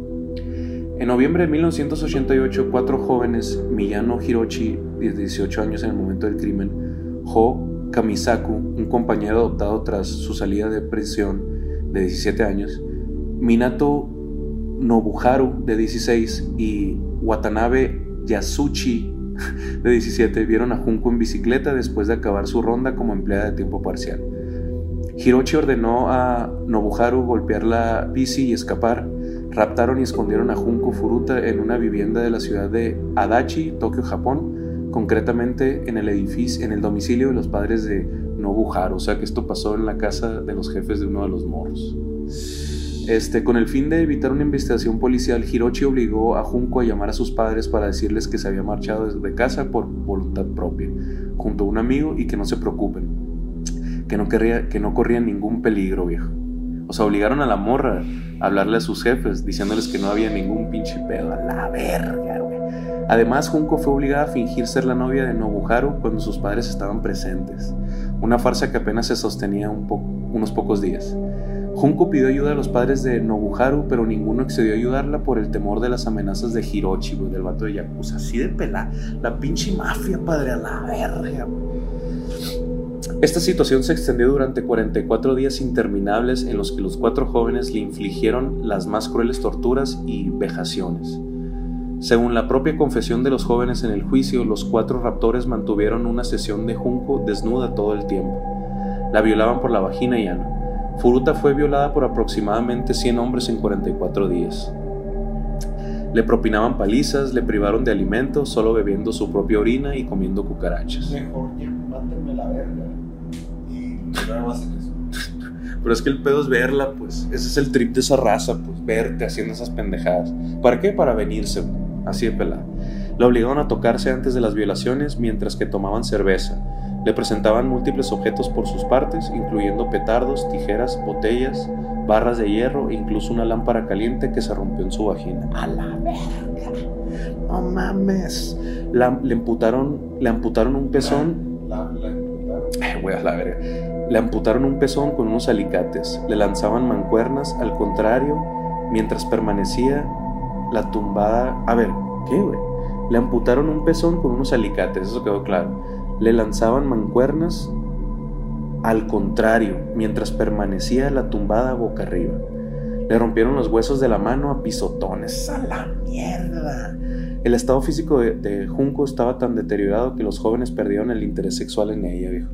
En noviembre de mil novecientos ochenta y ocho, cuatro jóvenes, Miyano Hiroshi, de dieciocho años en el momento del crimen, Ho Kamisaku, un compañero adoptado tras su salida de prisión de diecisiete años, Minato Nobuharu, de dieciséis, y Watanabe Yasushi, de diecisiete, vieron a Junko en bicicleta después de acabar su ronda como empleada de tiempo parcial. Hiroshi ordenó a Nobuharu golpear la bici y escapar. Raptaron y escondieron a Junko Furuta en una vivienda de la ciudad de Adachi, Tokio, Japón, concretamente en el edificio, en el domicilio de los padres de Nobuharu. O sea que esto pasó en la casa de los jefes de uno de los morros. Este, con el fin de evitar una investigación policial, Hiroshi obligó a Junko a llamar a sus padres para decirles que se había marchado de casa por voluntad propia, junto a un amigo, y que no se preocupen, que no, querría, que no corrían ningún peligro, viejo. O sea, obligaron a la morra a hablarle a sus jefes, diciéndoles que no había ningún pinche pedo. A la verga, güey. Además, Junko fue obligada a fingir ser la novia de Nobuharu cuando sus padres estaban presentes. Una farsa que apenas se sostenía un po- unos pocos días. Junko pidió ayuda a los padres de Nobuharu, pero ninguno accedió a ayudarla por el temor de las amenazas de Hiroshi, güey, del vato de Yakuza. Así de pelá. La pinche mafia, padre, a la verga, güey. Esta situación se extendió durante cuarenta y cuatro días interminables en los que los cuatro jóvenes le infligieron las más crueles torturas y vejaciones. Según la propia confesión de los jóvenes en el juicio, los cuatro raptores mantuvieron una sesión de Junko desnuda todo el tiempo. La violaban por la vagina y ano. Furuta fue violada por aproximadamente cien hombres en cuarenta y cuatro días. Le propinaban palizas, le privaron de alimento, solo bebiendo su propia orina y comiendo cucarachas. Mejor ya mátenme la verga. No hacen eso. Pero es que el pedo es verla, pues. Ese es el trip de esa raza, pues. Verte haciendo esas pendejadas. ¿Para qué? Para venirse, así de pelada. La obligaban a tocarse antes de las violaciones mientras que tomaban cerveza. Le presentaban múltiples objetos por sus partes, incluyendo petardos, tijeras, botellas, barras de hierro e incluso una lámpara caliente que se rompió en su vagina. ¡A la verga! ¡No mames! La, le, amputaron, le amputaron un pezón. La, la, la, Ay, güey, a la verga. Le amputaron un pezón con unos alicates. Le lanzaban mancuernas, al contrario, mientras permanecía la tumbada. A ver, ¿qué, güey? Le amputaron un pezón con unos alicates, eso quedó claro. Le lanzaban mancuernas, al contrario, mientras permanecía la tumbada boca arriba. Le rompieron los huesos de la mano a pisotones. ¡A la mierda! El estado físico de, de Junko estaba tan deteriorado que los jóvenes perdieron el interés sexual en ella, viejo.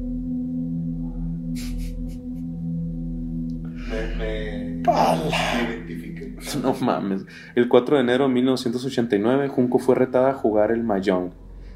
Me, me, me identifiqué. No mames. El cuatro de enero de mil novecientos ochenta y nueve, Junko fue retada a jugar el mahjong.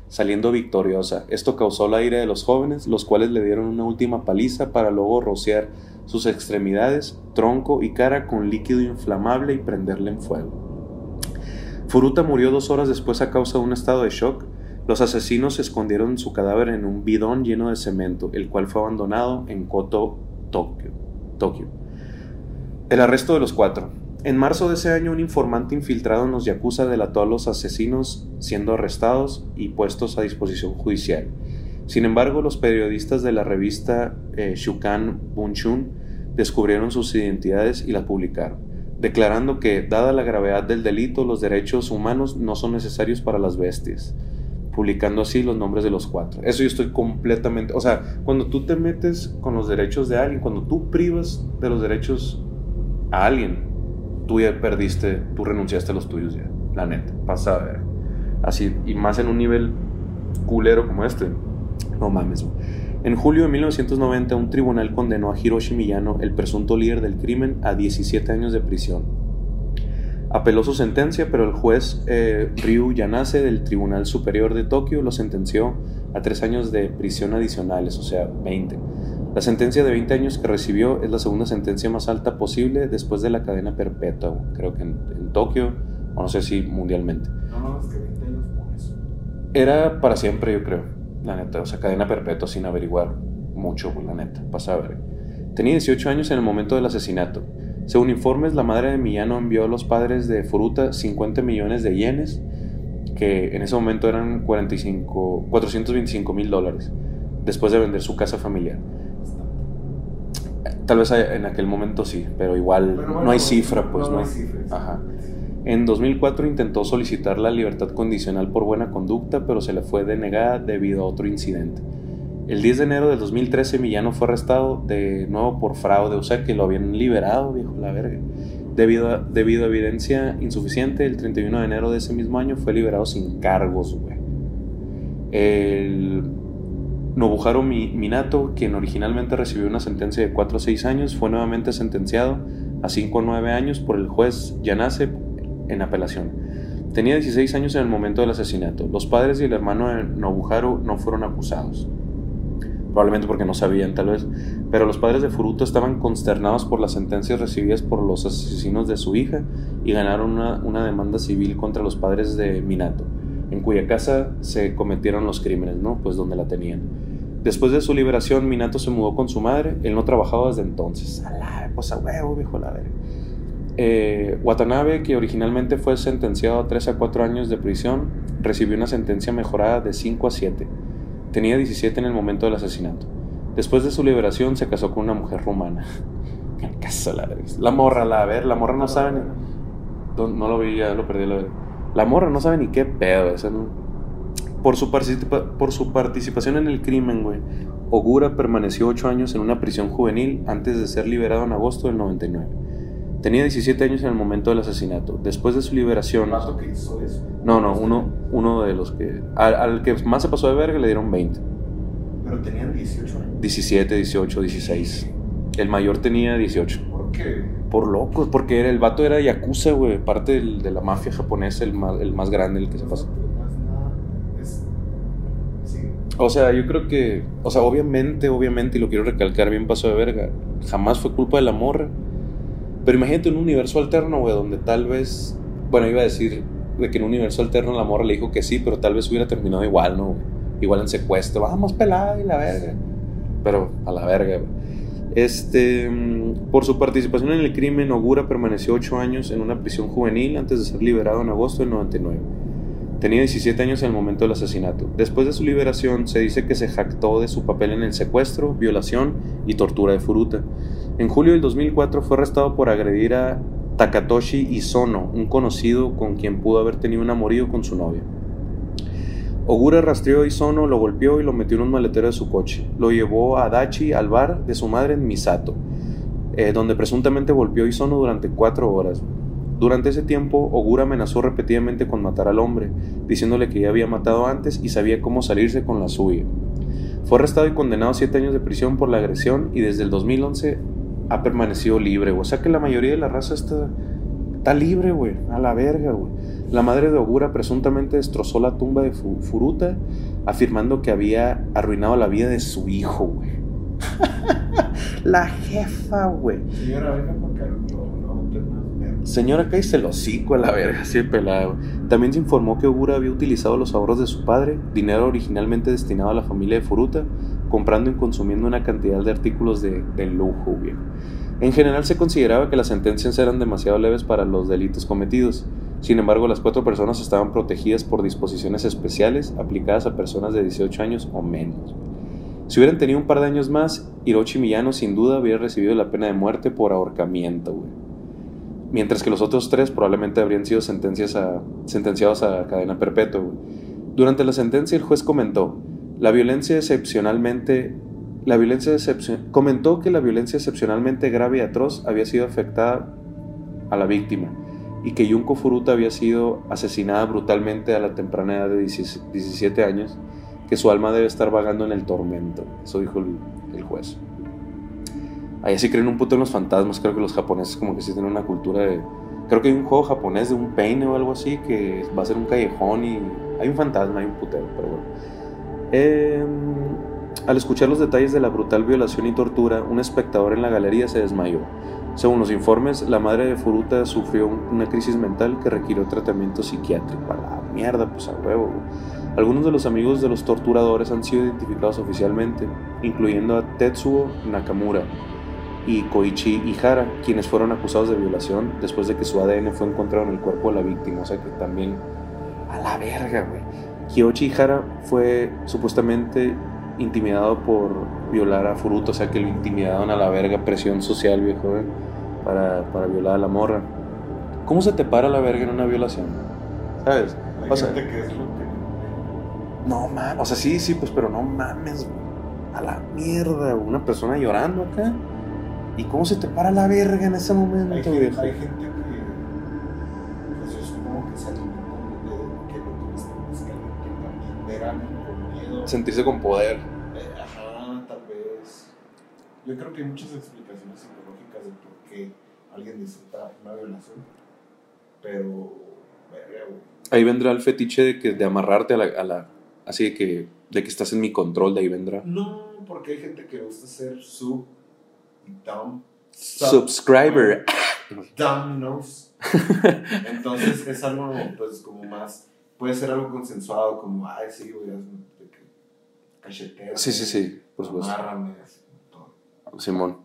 saliendo victoriosa. Esto causó la ira de los jóvenes, los cuales le dieron una última paliza para luego rociar sus extremidades, tronco y cara con líquido inflamable y prenderle en fuego. Furuta murió dos horas después a causa de un estado de shock. Los asesinos escondieron su cadáver en un bidón lleno de cemento, el cual fue abandonado en Koto, Tokio. Tokio. El arresto de los cuatro. En marzo de ese año, un informante infiltrado en los yakuza delató a los asesinos, siendo arrestados y puestos a disposición judicial. Sin embargo, los periodistas de la revista eh, Shukan Bunshun descubrieron sus identidades y las publicaron, declarando que, dada la gravedad del delito, los derechos humanos no son necesarios para las bestias, publicando así los nombres de los cuatro. Eso yo estoy completamente... O sea, cuando tú te metes con los derechos de alguien, cuando tú privas de los derechos a alguien, tú ya perdiste, tú renunciaste a los tuyos ya, la neta, pasa a ver. Así, y más en un nivel culero como este. No mames, güey. En julio de mil novecientos noventa, un tribunal condenó a Hiroshi Miyano, el presunto líder del crimen, a diecisiete años de prisión. Apeló su sentencia, pero el juez eh, Ryu Yanase del Tribunal Superior de Tokio lo sentenció a tres años de prisión adicionales, o sea, veinte. La sentencia de veinte años que recibió es la segunda sentencia más alta posible después de la cadena perpetua, creo que en, en Tokio, o no sé si mundialmente. No, no, es que veinte años por eso. Era para siempre, yo creo, la neta, o sea, cadena perpetua sin averiguar mucho, la neta, pasa a ver. Tenía dieciocho años en el momento del asesinato. Según informes, la madre de Miyano envió a los padres de Furuta cincuenta millones de yenes, que en ese momento eran cuarenta y cinco, cuatrocientos veinticinco mil dólares, después de vender su casa familiar. Tal vez en aquel momento sí, pero igual pero bueno, no hay cifra, pues, ¿no? No hay cifras. Ajá. En dos mil cuatro intentó solicitar la libertad condicional por buena conducta, pero se le fue denegada debido a otro incidente. El diez de enero del dos mil trece, Miyano fue arrestado de nuevo por fraude, o sea que lo habían liberado, viejo, la verga. Debido a, debido a evidencia insuficiente, el treinta y uno de enero de ese mismo año fue liberado sin cargos, güey. El Nobuharu Minato, quien originalmente recibió una sentencia de cuatro a seis años, fue nuevamente sentenciado a cinco a nueve años por el juez Yanase en apelación. Tenía dieciséis años en el momento del asesinato. Los padres y el hermano de Nobuharu no fueron acusados, probablemente porque no sabían, tal vez, pero los padres de Furuta estaban consternados por las sentencias recibidas por los asesinos de su hija y ganaron una, una demanda civil contra los padres de Minato, en cuya casa se cometieron los crímenes, ¿no? Pues donde la tenían. Después de su liberación, Minato se mudó con su madre. Él no trabajaba desde entonces. Alá, pues a huevo, viejo, la verga. Eh, Watanabe, que originalmente fue sentenciado a tres a cuatro años de prisión, recibió una sentencia mejorada de cinco a siete. Tenía diecisiete en el momento del asesinato. Después de su liberación, se casó con una mujer rumana. ¿Qué caso, la verga? La morra, la ver, la morra no sabe ni... No lo vi, ya lo perdí, la verga. La morra no sabe ni qué pedo, esa no... Por su, participa- por su participación en el crimen, güey, Ogura permaneció ocho años en una prisión juvenil antes de ser liberado en agosto del noventa y nueve. Tenía diecisiete años en el momento del asesinato. Después de su liberación... ¿Cuánto que hizo eso? No, no, uno, uno de los que... Al, al que más se pasó de verga le dieron veinte. Pero tenían dieciocho años. diecisiete, dieciocho, dieciséis. El mayor tenía dieciocho. ¿Por qué? Por locos, porque era, el vato era yakuza, güey, parte del, de la mafia japonesa, el más, el más grande, el que se pasó. O sea, yo creo que, o sea, obviamente, obviamente, y lo quiero recalcar, bien pasó de verga, jamás fue culpa de la morra. Pero imagínate un universo alterno, güey, donde tal vez, bueno, iba a decir de que en un universo alterno la morra le dijo que sí, pero tal vez hubiera terminado igual, ¿no, güey? Igual en secuestro, vamos pelada y la verga. Pero a la verga, güey. Este, por su participación en el crimen, Ogura permaneció ocho años en una prisión juvenil antes de ser liberado en agosto del noventa y nueve. Tenía diecisiete años en el momento del asesinato. Después de su liberación, se dice que se jactó de su papel en el secuestro, violación y tortura de Furuta. En julio del dos mil cuatro fue arrestado por agredir a Takatoshi Isono, un conocido con quien pudo haber tenido un amorío con su novia. Ogura rastreó a Isono, lo golpeó y lo metió en un maletero de su coche. Lo llevó a Adachi, al bar de su madre en Misato, eh, donde presuntamente golpeó a Isono durante cuatro horas. Durante ese tiempo, Ogura amenazó repetidamente con matar al hombre, diciéndole que ya había matado antes y sabía cómo salirse con la suya. Fue arrestado y condenado a siete años de prisión por la agresión y desde el dos mil once ha permanecido libre. O sea que la mayoría de la raza está, está libre, güey, a la verga, güey. La madre de Ogura presuntamente destrozó la tumba de Fu- Furuta, afirmando que había arruinado la vida de su hijo, güey. La jefa, güey. Señora, venga para acá, no, no, te más verga. Señora, cállese el hocico a la verga, así de pelado. También se informó que Ogura había utilizado los ahorros de su padre, dinero originalmente destinado a la familia de Furuta, comprando y consumiendo una cantidad de artículos de, de lujo, güey. En general se consideraba que las sentencias eran demasiado leves para los delitos cometidos. Sin embargo, las cuatro personas estaban protegidas por disposiciones especiales aplicadas a personas de dieciocho años o menos. Si hubieran tenido un par de años más, Hiroshi Miyano sin duda hubiera recibido la pena de muerte por ahorcamiento, güey. Mientras que los otros tres probablemente habrían sido sentencias a, sentenciados a cadena perpetua, güey. Durante la sentencia el juez comentó, la violencia excepcionalmente... La violencia excepcion- comentó que la violencia excepcionalmente grave y atroz había sido afectada a la víctima y que Junko Furuta había sido asesinada brutalmente a la temprana edad de diecisiete años, que su alma debe estar vagando en el tormento. Eso dijo el, el juez. Ahí sí creen un puto en los fantasmas. Creo que los japoneses como que sí tienen una cultura de... Creo que hay un juego japonés de un peine o algo así que va a ser un callejón y hay un fantasma, hay un putero, pero bueno. Eh... Al escuchar los detalles de la brutal violación y tortura, un espectador en la galería se desmayó. Según los informes, la madre de Furuta sufrió una crisis mental que requirió tratamiento psiquiátrico. A la mierda, pues a huevo. Algunos de los amigos de los torturadores han sido identificados oficialmente, incluyendo a Tetsuo Nakamura y Koichi Ihara, quienes fueron acusados de violación después de que su A D N fue encontrado en el cuerpo de la víctima. O sea que también... A la verga, güey. Kiyoshi Ihara fue supuestamente... intimidado por violar a Furuta, o sea que lo intimidaron a la verga, presión social, viejo, ¿eh? para, para violar a la morra. ¿Cómo se te para la verga en una violación? ¿Sabes? Hay O sea, gente que es lo que... no mames, o sea, sí, sí, pues, pero no mames, a la mierda, una persona llorando acá. ¿Y cómo se te para la verga en ese momento, Hay, gente- viejo? hay gente que... Pues yo supongo que se alimentan de que lo que les parezca, que también verán con miedo. Sentirse con poder. Eh, Ajá, tal vez. Yo creo que hay muchas explicaciones psicológicas de por qué alguien disfruta una violación. Pero, verga, güey. Ahí vendrá el fetiche de, que, de amarrarte a la, a la... Así de que, de que estás en mi control, de ahí vendrá. No, porque hay gente que gusta ser sub y dumb. Subscriber. Dumb knows. Entonces es algo, pues, como más. Puede ser algo consensuado, como, ay, sí, güey, hazme de que cacheteo. Sí, sí, sí, por supuesto. Amárrame, así, todo. Simón.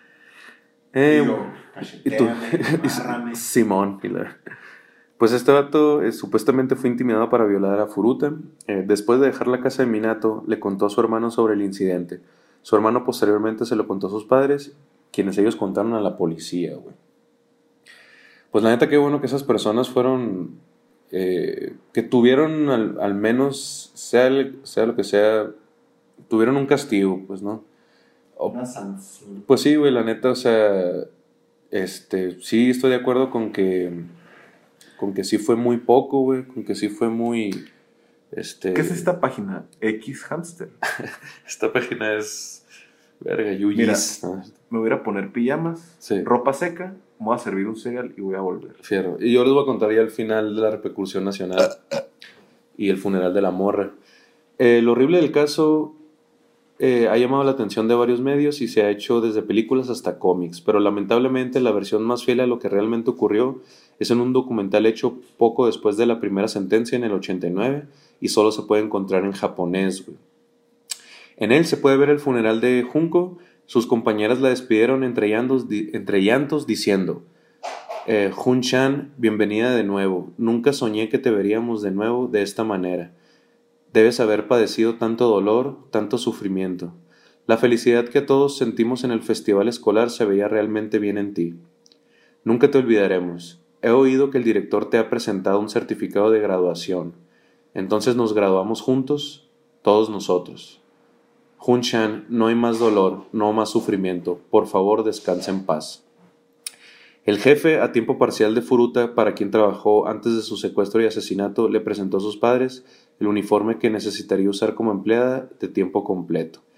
Eh, Y yo, ¿y tú? cacheteame, amárrame. Simón. Y la- Pues este vato eh, supuestamente fue intimidado para violar a Furuta. Eh, después de dejar la casa de Minato, le contó a su hermano sobre el incidente. Su hermano posteriormente se lo contó a sus padres, quienes ellos contaron a la policía, güey. Pues la neta, qué bueno que esas personas fueron... Eh, que tuvieron al, al menos, sea, el- sea lo que sea, tuvieron un castigo, pues, ¿no? O- Una sanción. Pues sí, güey, la neta, o sea, este, sí estoy de acuerdo con que, con que sí fue muy poco, güey, con que sí fue muy, este... ¿Qué es esta página? X Hamster. Esta página es, verga, Yuyis. ¿no? Me voy a ir a poner pijamas, Sí. ropa seca, me voy a servir un cereal y voy a volver. Fierro. Y yo les voy a contar ya el final de la repercusión nacional y el funeral de la morra. Eh, lo horrible del caso eh, ha llamado la atención de varios medios y se ha hecho desde películas hasta cómics, pero lamentablemente la versión más fiel a lo que realmente ocurrió es en un documental hecho poco después de la primera sentencia en el ochenta y nueve y solo se puede encontrar en japonés, güey. En él se puede ver el funeral de Junko. Sus compañeras la despidieron entre llantos, di- entre llantos diciendo: eh, Jun-chan, bienvenida de nuevo. Nunca soñé que te veríamos de nuevo de esta manera. Debes haber padecido tanto dolor, tanto sufrimiento. La felicidad que todos sentimos en el festival escolar se veía realmente bien en ti. Nunca te olvidaremos. He oído que el director te ha presentado un certificado de graduación. Entonces nos graduamos juntos, todos nosotros. Jun-chan, no hay más dolor, no más sufrimiento. Por favor, descansa en paz. El jefe a tiempo parcial de Furuta, para quien trabajó antes de su secuestro y asesinato, le presentó a sus padres el uniforme que necesitaría usar como empleada de tiempo completo.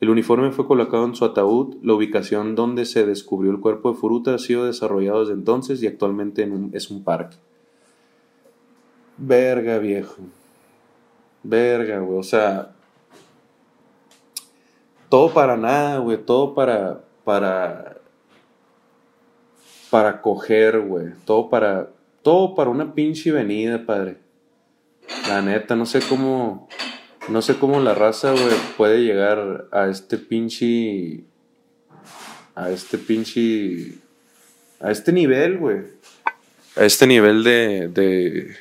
El uniforme fue colocado en su ataúd. La ubicación donde se descubrió el cuerpo de Furuta ha sido desarrollado desde entonces y actualmente en un, es un parque. Verga, viejo. Verga, güey. O sea, todo para nada, güey. Todo para, para, para coger, güey. Todo para, todo para una pinche venida, padre. La neta, no sé cómo, no sé cómo la raza, güey, puede llegar a este pinche, a este pinche, a este nivel, güey. A este nivel de, de,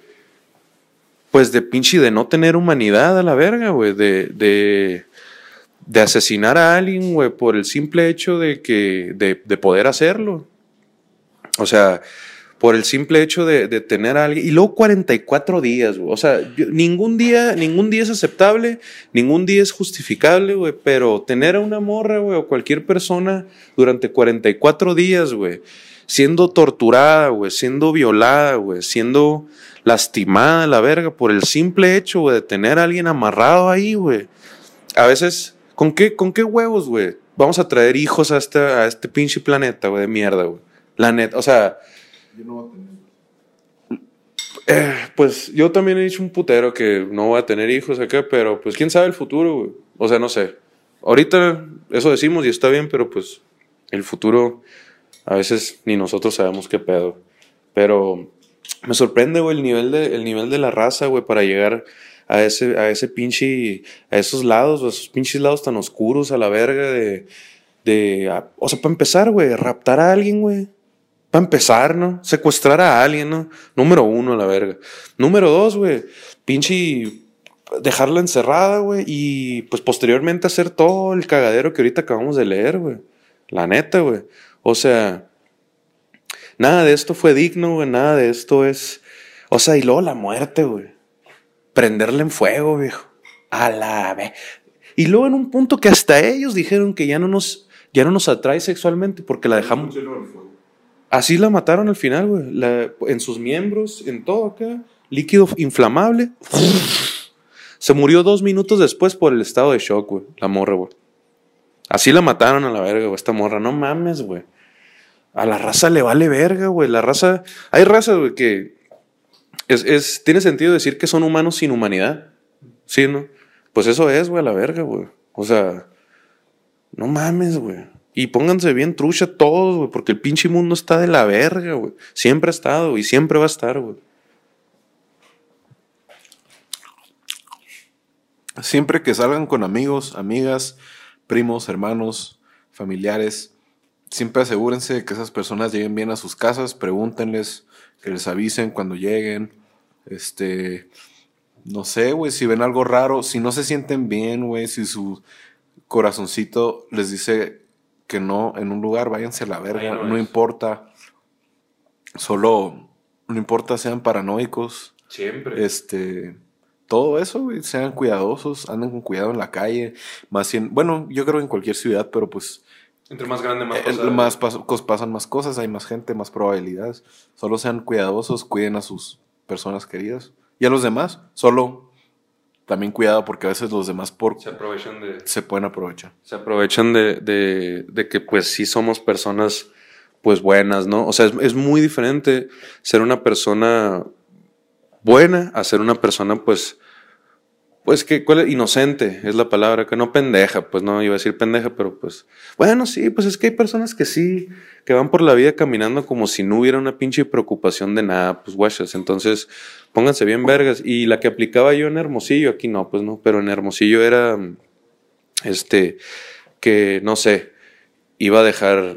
pues de pinche, de no tener humanidad a la verga, güey. De, de, de asesinar a alguien, güey, por el simple hecho de que, de, de poder hacerlo. O sea, por el simple hecho de, de tener a alguien. Y luego cuarenta y cuatro días, güey. O sea, yo, ningún día, ningún día es aceptable, ningún día es justificable, güey. Pero tener a una morra, güey, o cualquier persona durante cuarenta y cuatro días, güey, siendo torturada, güey, siendo violada, güey, siendo lastimada, la verga, por el simple hecho, güey, de tener a alguien amarrado ahí, güey. A veces, ¿con qué, con qué huevos, güey? Vamos a traer hijos a este, a este pinche planeta, güey, de mierda, güey. La neta, o sea... Yo no voy a tener. Eh, pues yo también he dicho un putero que no voy a tener hijos acá, pero pues quién sabe el futuro, güey. O sea, no sé. Ahorita eso decimos y está bien, pero pues el futuro a veces ni nosotros sabemos qué pedo. Pero me sorprende, güey, el nivel de, el nivel de la raza, güey, para llegar a ese, a ese pinche, a esos lados, a esos pinches lados tan oscuros a la verga de, de, a, o sea, para empezar, güey, raptar a alguien, güey. Para empezar, ¿no? Secuestrar a alguien, ¿no? Número uno, la verga. Número dos, güey, pinche dejarla encerrada, güey, y pues posteriormente hacer todo el cagadero que ahorita acabamos de leer, güey. La neta, güey. O sea, nada de esto fue digno, güey, nada de esto es... O sea, y luego la muerte, güey. Prenderla en fuego, viejo. A la vez. Y luego en un punto que hasta ellos dijeron que ya no nos, ya no nos atrae sexualmente porque la dejamos... Así la mataron al final, güey. La, en sus miembros, en todo acá. Líquido inflamable. Se murió dos minutos después por el estado de shock, güey. La morra, güey. Así la mataron a la verga, güey. Esta morra. No mames, güey. A la raza le vale verga, güey. La raza... Hay razas, güey, que... Es, es, tiene sentido decir que son humanos sin humanidad. ¿Sí, no? Pues eso es, güey, a la verga, güey. O sea... No mames, güey. Y pónganse bien trucha todos, güey, porque el pinche mundo está de la verga, güey. Siempre ha estado y siempre va a estar, güey. Siempre que salgan con amigos, amigas, primos, hermanos, familiares, siempre asegúrense de que esas personas lleguen bien a sus casas, pregúntenles, que les avisen cuando lleguen. Este, no sé, güey, si ven algo raro, si no se sienten bien, güey, si su corazoncito les dice que no en un lugar, váyanse a la verga, Ay, no, no importa, solo, no importa, sean paranoicos. Siempre. Este, todo eso, güey, sean cuidadosos, anden con cuidado en la calle, más bien, bueno, yo creo en cualquier ciudad, pero pues... Entre más grande, más cosas. Más pas- pasan más cosas, hay más gente, más probabilidades. Solo sean cuidadosos, cuiden a sus personas queridas. Y a los demás, solo... También cuidado porque a veces los demás por se aprovechan de se pueden aprovechar. Se aprovechan de, de, de que pues sí somos personas pues buenas, ¿no? O sea, es, es muy diferente ser una persona buena a ser una persona pues pues que ¿cuál es? Inocente es la palabra, que no pendeja, pues no iba a decir pendeja, pero pues bueno, sí, pues es que hay personas que sí que van por la vida caminando como si no hubiera una pinche preocupación de nada, pues guachas, entonces pónganse bien vergas. Y la que aplicaba yo en Hermosillo, aquí no, pues no, pero en Hermosillo era este que no sé, iba a dejar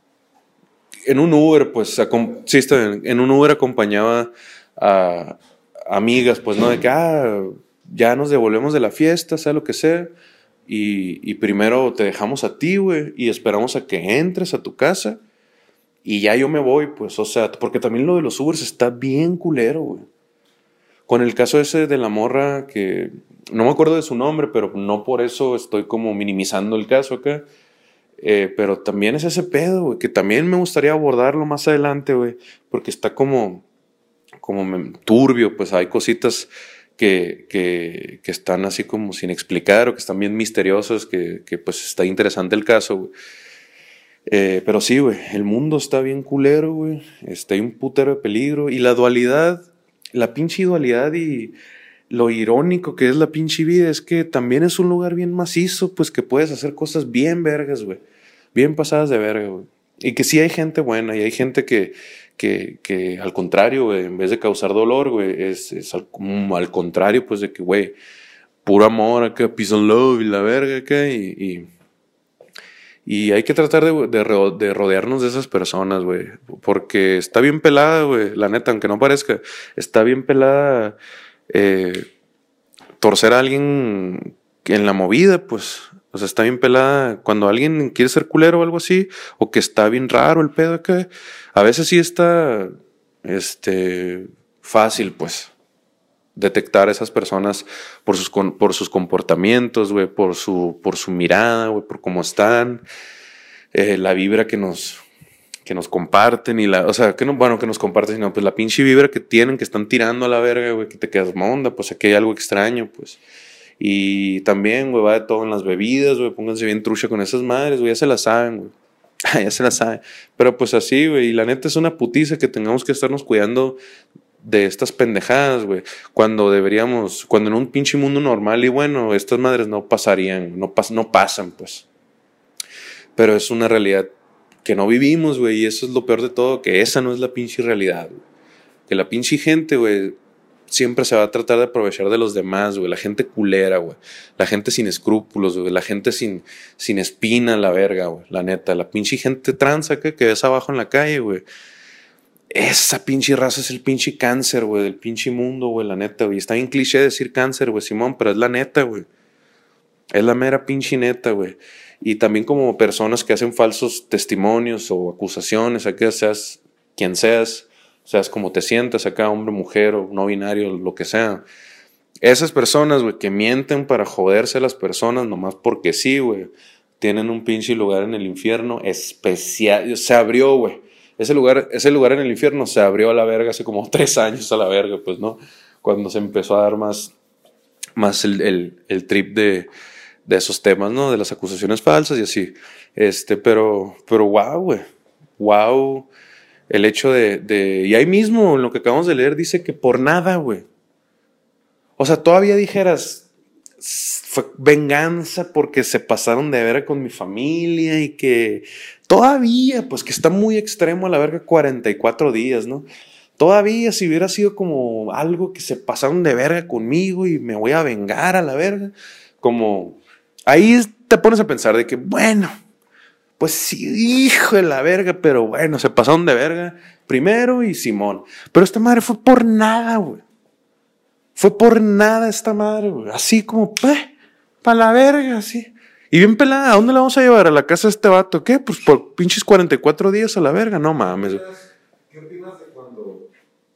en un Uber, pues sí, está bien, en un Uber acompañaba a amigas, pues no, de que ah, ya nos devolvemos de la fiesta, sea lo que sea, y, y primero te dejamos a ti, güey, y esperamos a que entres a tu casa, y ya yo me voy, pues, o sea, porque también lo de los Ubers está bien culero, güey. Con el caso ese de la morra, que no me acuerdo de su nombre, pero no por eso estoy como minimizando el caso acá, eh, pero también es ese pedo, güey, que también me gustaría abordarlo más adelante, güey, porque está como, como turbio, pues hay cositas que, que, que están así como sin explicar o que están bien misteriosos, que, que pues está interesante el caso, güey. Eh, pero sí, güey, el mundo está bien culero, güey. Está hay un putero de peligro. Y la dualidad, la pinche dualidad y lo irónico que es la pinche vida es que también es un lugar bien macizo, pues que puedes hacer cosas bien vergas, güey. Bien pasadas de verga, güey. Y que sí hay gente buena y hay gente que, que, que al contrario, güey, en vez de causar dolor, güey, es, es al, al contrario, pues de que, güey, puro amor acá, peace and love y la verga acá y... y Y hay que tratar de, de, de rodearnos de esas personas, güey. Porque está bien pelada, güey. La neta, aunque no parezca. Está bien pelada eh, torcer a alguien en la movida, pues. O sea, está bien pelada cuando alguien quiere ser culero o algo así. O que está bien raro el pedo acá. A veces sí está este, fácil, pues, detectar a esas personas por sus, por sus comportamientos, güey, por su, por su mirada, güey, por cómo están, eh, la vibra que nos, que nos comparten y la, o sea, que no, bueno, que nos comparten, sino pues la pinche vibra que tienen, que están tirando a la verga, güey, que te quedas monda, pues aquí hay algo extraño, pues. Y también, güey, va de todo en las bebidas, güey, pónganse bien trucha con esas madres, güey, ya se la saben, güey. Ya se la saben. Pero pues así, güey, y la neta es una putiza que tengamos que estarnos cuidando de estas pendejadas, güey, cuando deberíamos, cuando en un pinche mundo normal y bueno, estas madres no pasarían, no, pas, no pasan, pues. Pero es una realidad que no vivimos, güey, y eso es lo peor de todo, que esa no es la pinche realidad, güey. Que la pinche gente, güey, siempre se va a tratar de aprovechar de los demás, güey, la gente culera, güey, la gente sin escrúpulos, güey, la gente sin, sin espina, la verga, güey, la neta, la pinche gente transa que, que ves abajo en la calle, güey. Esa pinche raza es el pinche cáncer, güey, del pinche mundo, güey, la neta, güey. Está bien cliché decir cáncer, güey, Simón, pero es la neta, güey. Es la mera pinche neta, güey. Y también como personas que hacen falsos testimonios o acusaciones, acá seas quien seas, seas como te sientas acá, hombre, mujer o no binario, lo que sea. Esas personas, güey, que mienten para joderse a las personas nomás porque sí, güey, tienen un pinche lugar en el infierno especial. Se abrió, güey. Ese lugar, ese lugar en el infierno se abrió a la verga hace como tres años a la verga, pues, ¿no? Cuando se empezó a dar más, más el, el, el trip de, de esos temas, ¿no? De las acusaciones falsas y así. Este, pero, pero wow, güey. Wow. El hecho de, de... Y ahí mismo, en lo que acabamos de leer, dice que por nada, güey. O sea, todavía dijeras... Fue venganza porque se pasaron de verga con mi familia y que todavía, pues que está muy extremo a la verga, cuarenta y cuatro días, ¿no? Todavía si hubiera sido como algo que se pasaron de verga conmigo y me voy a vengar a la verga, como ahí te pones a pensar de que, bueno, pues sí, hijo de la verga, pero bueno, se pasaron de verga primero y Simón. Pero esta madre fue por nada, güey. Fue por nada esta madre, güey. Así como, eh, pa' la verga, así. Y bien pelada, ¿a dónde la vamos a llevar? ¿A la casa de este vato? ¿Qué? Pues por pinches cuarenta y cuatro días a la verga. No mames. ¿Qué opinas de cuando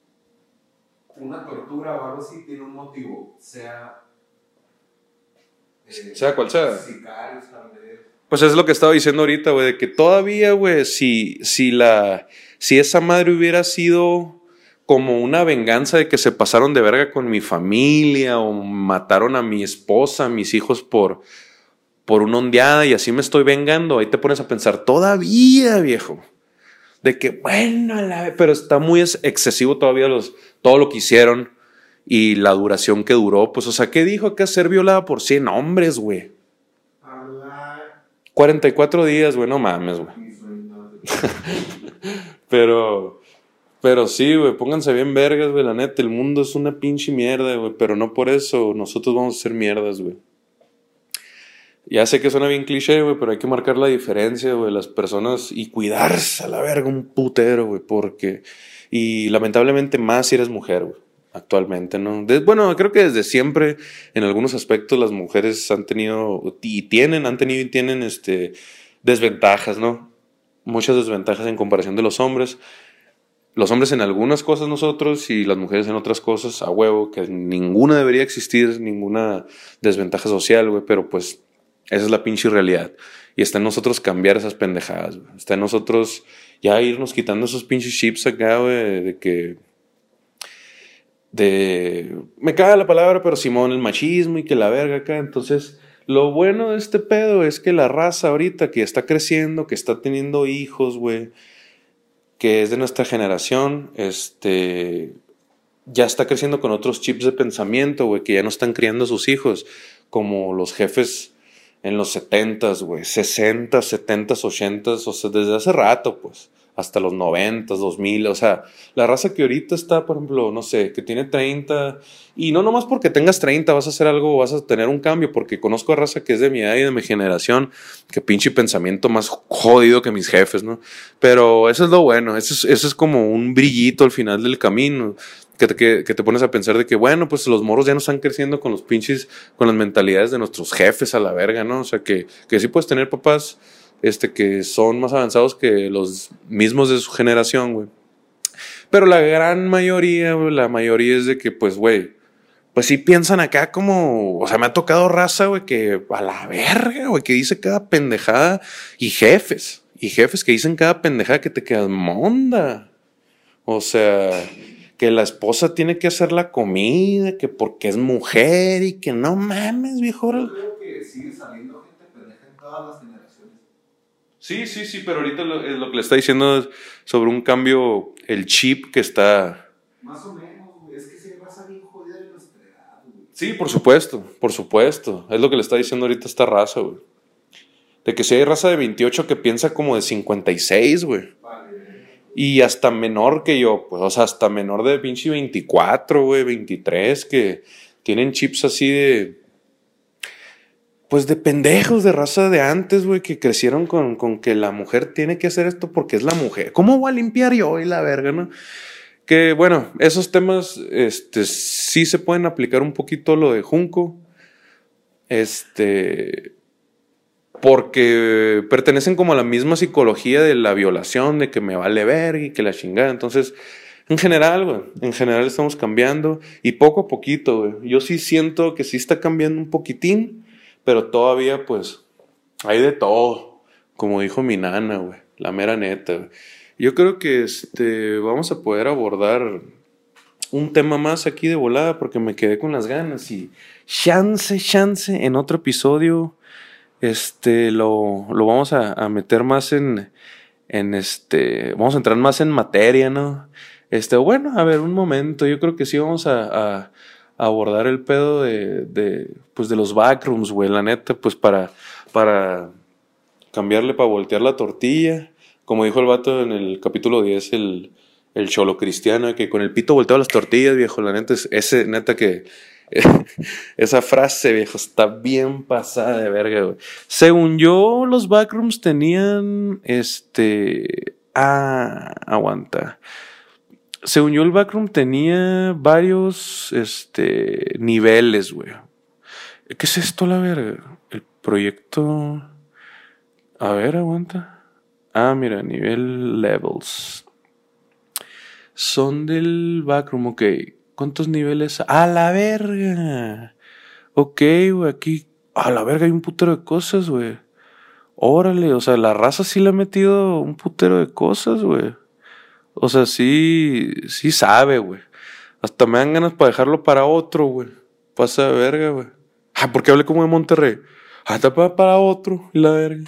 una tortura o algo así tiene un motivo? Sea... Eh, sea cual sea. Sicarios, tal vez. Pues es lo que estaba diciendo ahorita, güey, de que todavía, güey, si, si la... Si esa madre hubiera sido... como una venganza de que se pasaron de verga con mi familia o mataron a mi esposa, a mis hijos por, por una ondeada y así me estoy vengando. Ahí te pones a pensar todavía, viejo. De que, bueno, la... pero está muy excesivo todavía los, todo lo que hicieron y la duración que duró. Pues, o sea, ¿qué dijo que ser violada por cien hombres, güey? cuarenta y cuatro días, güey, no mames, güey. pero... Pero sí, güey, pónganse bien vergas, güey, la neta, el mundo es una pinche mierda, güey, pero no por eso nosotros vamos a ser mierdas, güey. Ya sé que suena bien cliché, güey, pero hay que marcar la diferencia, güey, las personas y cuidarse a la verga un putero, güey, porque... Y lamentablemente más si eres mujer, güey, actualmente, ¿no? De, bueno, creo que desde siempre, en algunos aspectos, las mujeres han tenido, y tienen, han tenido y tienen, este, desventajas, ¿no? Muchas desventajas en comparación de los hombres. Los hombres en algunas cosas nosotros y las mujeres en otras cosas, a huevo, que ninguna debería existir, ninguna desventaja social, güey, pero pues esa es la pinche realidad. Y está en nosotros cambiar esas pendejadas, güey. Está en nosotros ya irnos quitando esos pinches chips acá, güey, de que de, me caga la palabra, pero Simón, el machismo y que la verga acá. Entonces, lo bueno de este pedo es que la raza ahorita que está creciendo, que está teniendo hijos, güey, que es de nuestra generación, este, ya está creciendo con otros chips de pensamiento, güey, que ya no están criando a sus hijos, como los jefes en los setentas, güey, sesentas, setentas, ochentas, o sea, desde hace rato, pues, hasta los noventas, dos mil, o sea, la raza que ahorita está, por ejemplo, no sé, que tiene treinta, y no nomás porque tengas treinta vas a hacer algo, vas a tener un cambio, porque conozco a raza que es de mi edad y de mi generación, que pinche pensamiento más jodido que mis jefes, ¿no? Pero eso es lo bueno, eso es, eso es como un brillito al final del camino, que te, que, que te pones a pensar de que, bueno, pues los morros ya no están creciendo con los pinches, con las mentalidades de nuestros jefes a la verga, ¿no? O sea, que, que sí puedes tener papás Este, que son más avanzados que los mismos de su generación, güey. Pero la gran mayoría, güey, la mayoría es de que, pues, güey, pues sí piensan acá como, o sea, me ha tocado raza, güey, que a la verga, güey, que dice cada pendejada, y jefes, y jefes que dicen cada pendejada que te quedas monda. O sea, que la esposa tiene que hacer la comida, que porque es mujer, y que no mames, viejo. Yo creo que sigue saliendo gente pendeja en todas las generaciones. Sí, sí, sí, pero ahorita lo, lo que le está diciendo es sobre un cambio, el chip que está... Más o menos, güey. Es que se va a salir jodida de nuestra edad, güey. Sí, por supuesto, por supuesto. Es lo que le está diciendo ahorita esta raza, güey. De que si hay raza de veintiocho que piensa como de cincuenta y seis, güey. Vale. Y hasta menor que yo, pues, o sea, hasta menor de pinche veinticuatro, güey, veintitrés, que tienen chips así de... Pues de pendejos, de raza de antes, güey, que crecieron con, con que la mujer tiene que hacer esto porque es la mujer. ¿Cómo voy a limpiar yo y la verga, no? Que, bueno, esos temas, este, sí se pueden aplicar un poquito lo de Junco, este, porque pertenecen como a la misma psicología de la violación, de que me vale verga y que la chingada. Entonces, en general, güey, en general estamos cambiando y poco a poquito, güey. Yo sí siento que sí está cambiando un poquitín, pero todavía, pues, hay de todo. Como dijo mi nana, güey. La mera neta, güey. Yo creo que este, vamos a poder abordar un tema más aquí de volada porque me quedé con las ganas. Y chance, chance, en otro episodio este, lo, lo vamos a, a meter más en, en este... Vamos a entrar más en materia, ¿no? Este, bueno, a ver, un momento. Yo creo que sí vamos a... a abordar el pedo de, de, pues de los backrooms, güey, la neta, pues para, para cambiarle, para voltear la tortilla, como dijo el vato en el capítulo diez, el, el cholo cristiano, que con el pito volteaba las tortillas, viejo, la neta, es, ese, neta que, esa frase, viejo, está bien pasada de verga, güey. Según yo, los backrooms tenían, este, ah, aguanta, según yo, el backroom tenía varios este, niveles, güey. ¿Qué es esto, la verga? El proyecto... A ver, aguanta. Ah, mira, nivel levels. Son del backroom, ok. ¿Cuántos niveles? ¡A la verga! Ok, güey, aquí... A la verga, hay un putero de cosas, güey. Órale, o sea, la raza sí le ha metido un putero de cosas, güey. O sea, sí, sí sabe, güey. Hasta me dan ganas para dejarlo para otro, güey. Pasa de verga, güey. Ah, ¿por qué hablé como de Monterrey? Hasta para, para otro, y la verga.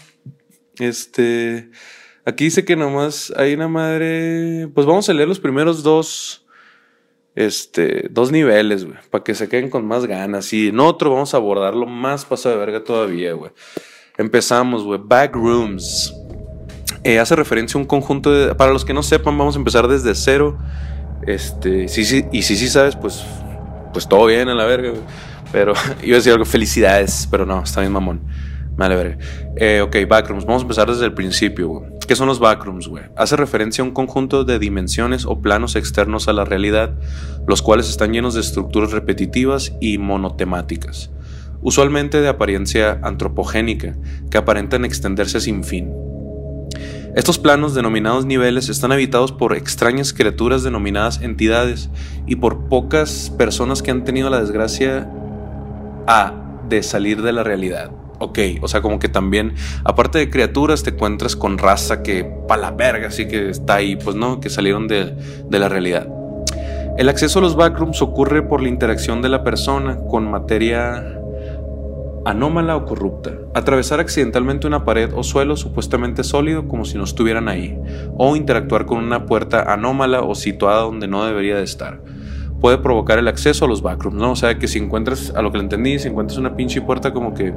Este, aquí dice que nomás hay una madre... Pues vamos a leer los primeros dos, este, dos niveles, güey. Para que se queden con más ganas. Y en otro vamos a abordarlo más pasa de verga todavía, güey. Empezamos, güey. Backrooms. Eh, hace referencia a un conjunto de... Para los que no sepan, vamos a empezar desde cero. Este, sí, sí, y si sí, sí sabes, pues, pues todo bien a la verga, güey. Pero iba a decir algo, felicidades, pero no, está bien mamón. Vale, verga. Eh, ok, backrooms, vamos a empezar desde el principio, güey. ¿Qué son los backrooms, güey? Hace referencia a un conjunto de dimensiones o planos externos a la realidad, los cuales están llenos de estructuras repetitivas y monotemáticas, usualmente de apariencia antropogénica, que aparentan extenderse sin fin. Estos planos, denominados niveles, están habitados por extrañas criaturas denominadas entidades y por pocas personas que han tenido la desgracia a, de salir de la realidad. Ok, o sea, como que también, aparte de criaturas, te encuentras con raza que pa' la verga, así que está ahí, pues no, que salieron de, de la realidad. El acceso a los backrooms ocurre por la interacción de la persona con materia anómala o corrupta. Atravesar accidentalmente una pared o suelo supuestamente sólido como si no estuvieran ahí, o interactuar con una puerta anómala o situada donde no debería de estar. Puede provocar el acceso a los backrooms, ¿no? O sea, que si encuentras, a lo que le entendí, si encuentras una pinche puerta como que...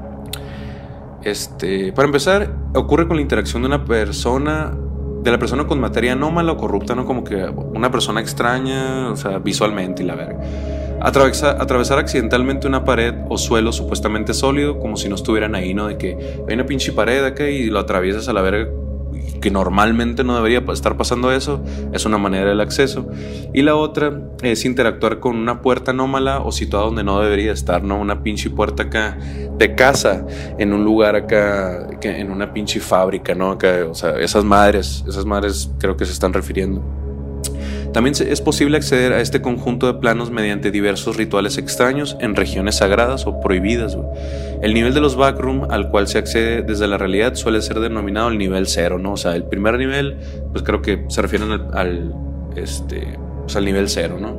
Este... Para empezar, ocurre con la interacción de una persona... De la persona con materia anómala o corrupta, ¿no? Como que una persona extraña, o sea, visualmente y la verga. Atravesar, atravesar accidentalmente una pared o suelo supuestamente sólido como si no estuvieran ahí, ¿no? De que hay una pinche pared acá y lo atraviesas a la verga, que normalmente no debería estar pasando eso. Es una manera del acceso. Y la otra es interactuar con una puerta anómala o situada donde no debería estar, ¿no? Una pinche puerta acá de casa en un lugar acá, en una pinche fábrica, ¿no? Acá, o sea, esas madres, esas madres creo que se están refiriendo. También es posible acceder a este conjunto de planos mediante diversos rituales extraños en regiones sagradas o prohibidas. Wey. El nivel de los backrooms al cual se accede desde la realidad suele ser denominado el nivel cero, ¿no? O sea, el primer nivel, pues creo que se refieren al, al, este, pues al nivel cero, ¿no?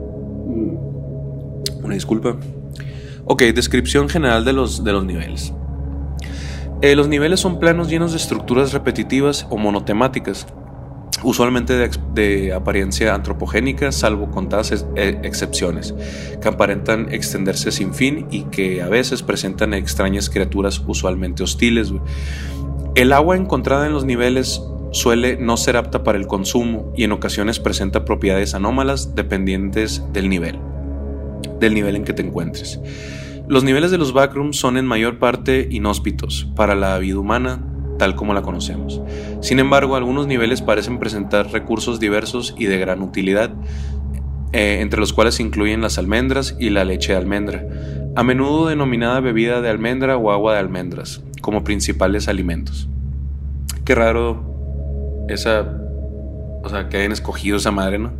Una disculpa. Ok, descripción general de los, de los niveles. Eh, los niveles son planos llenos de estructuras repetitivas o monotemáticas, usualmente de, de apariencia antropogénica, salvo contadas ex, eh, excepciones, que aparentan extenderse sin fin y que a veces presentan extrañas criaturas usualmente hostiles. Wey. El agua encontrada en los niveles suele no ser apta para el consumo y en ocasiones presenta propiedades anómalas dependientes del nivel, del nivel en que te encuentres. Los niveles de los backrooms son en mayor parte inhóspitos para la vida humana, tal como la conocemos. Sin embargo, algunos niveles parecen presentar recursos diversos y de gran utilidad, eh, entre los cuales se incluyen las almendras y la leche de almendra, a menudo denominada bebida de almendra o agua de almendras, como principales alimentos. Qué raro esa, o sea, que hayan escogido esa madre, ¿no?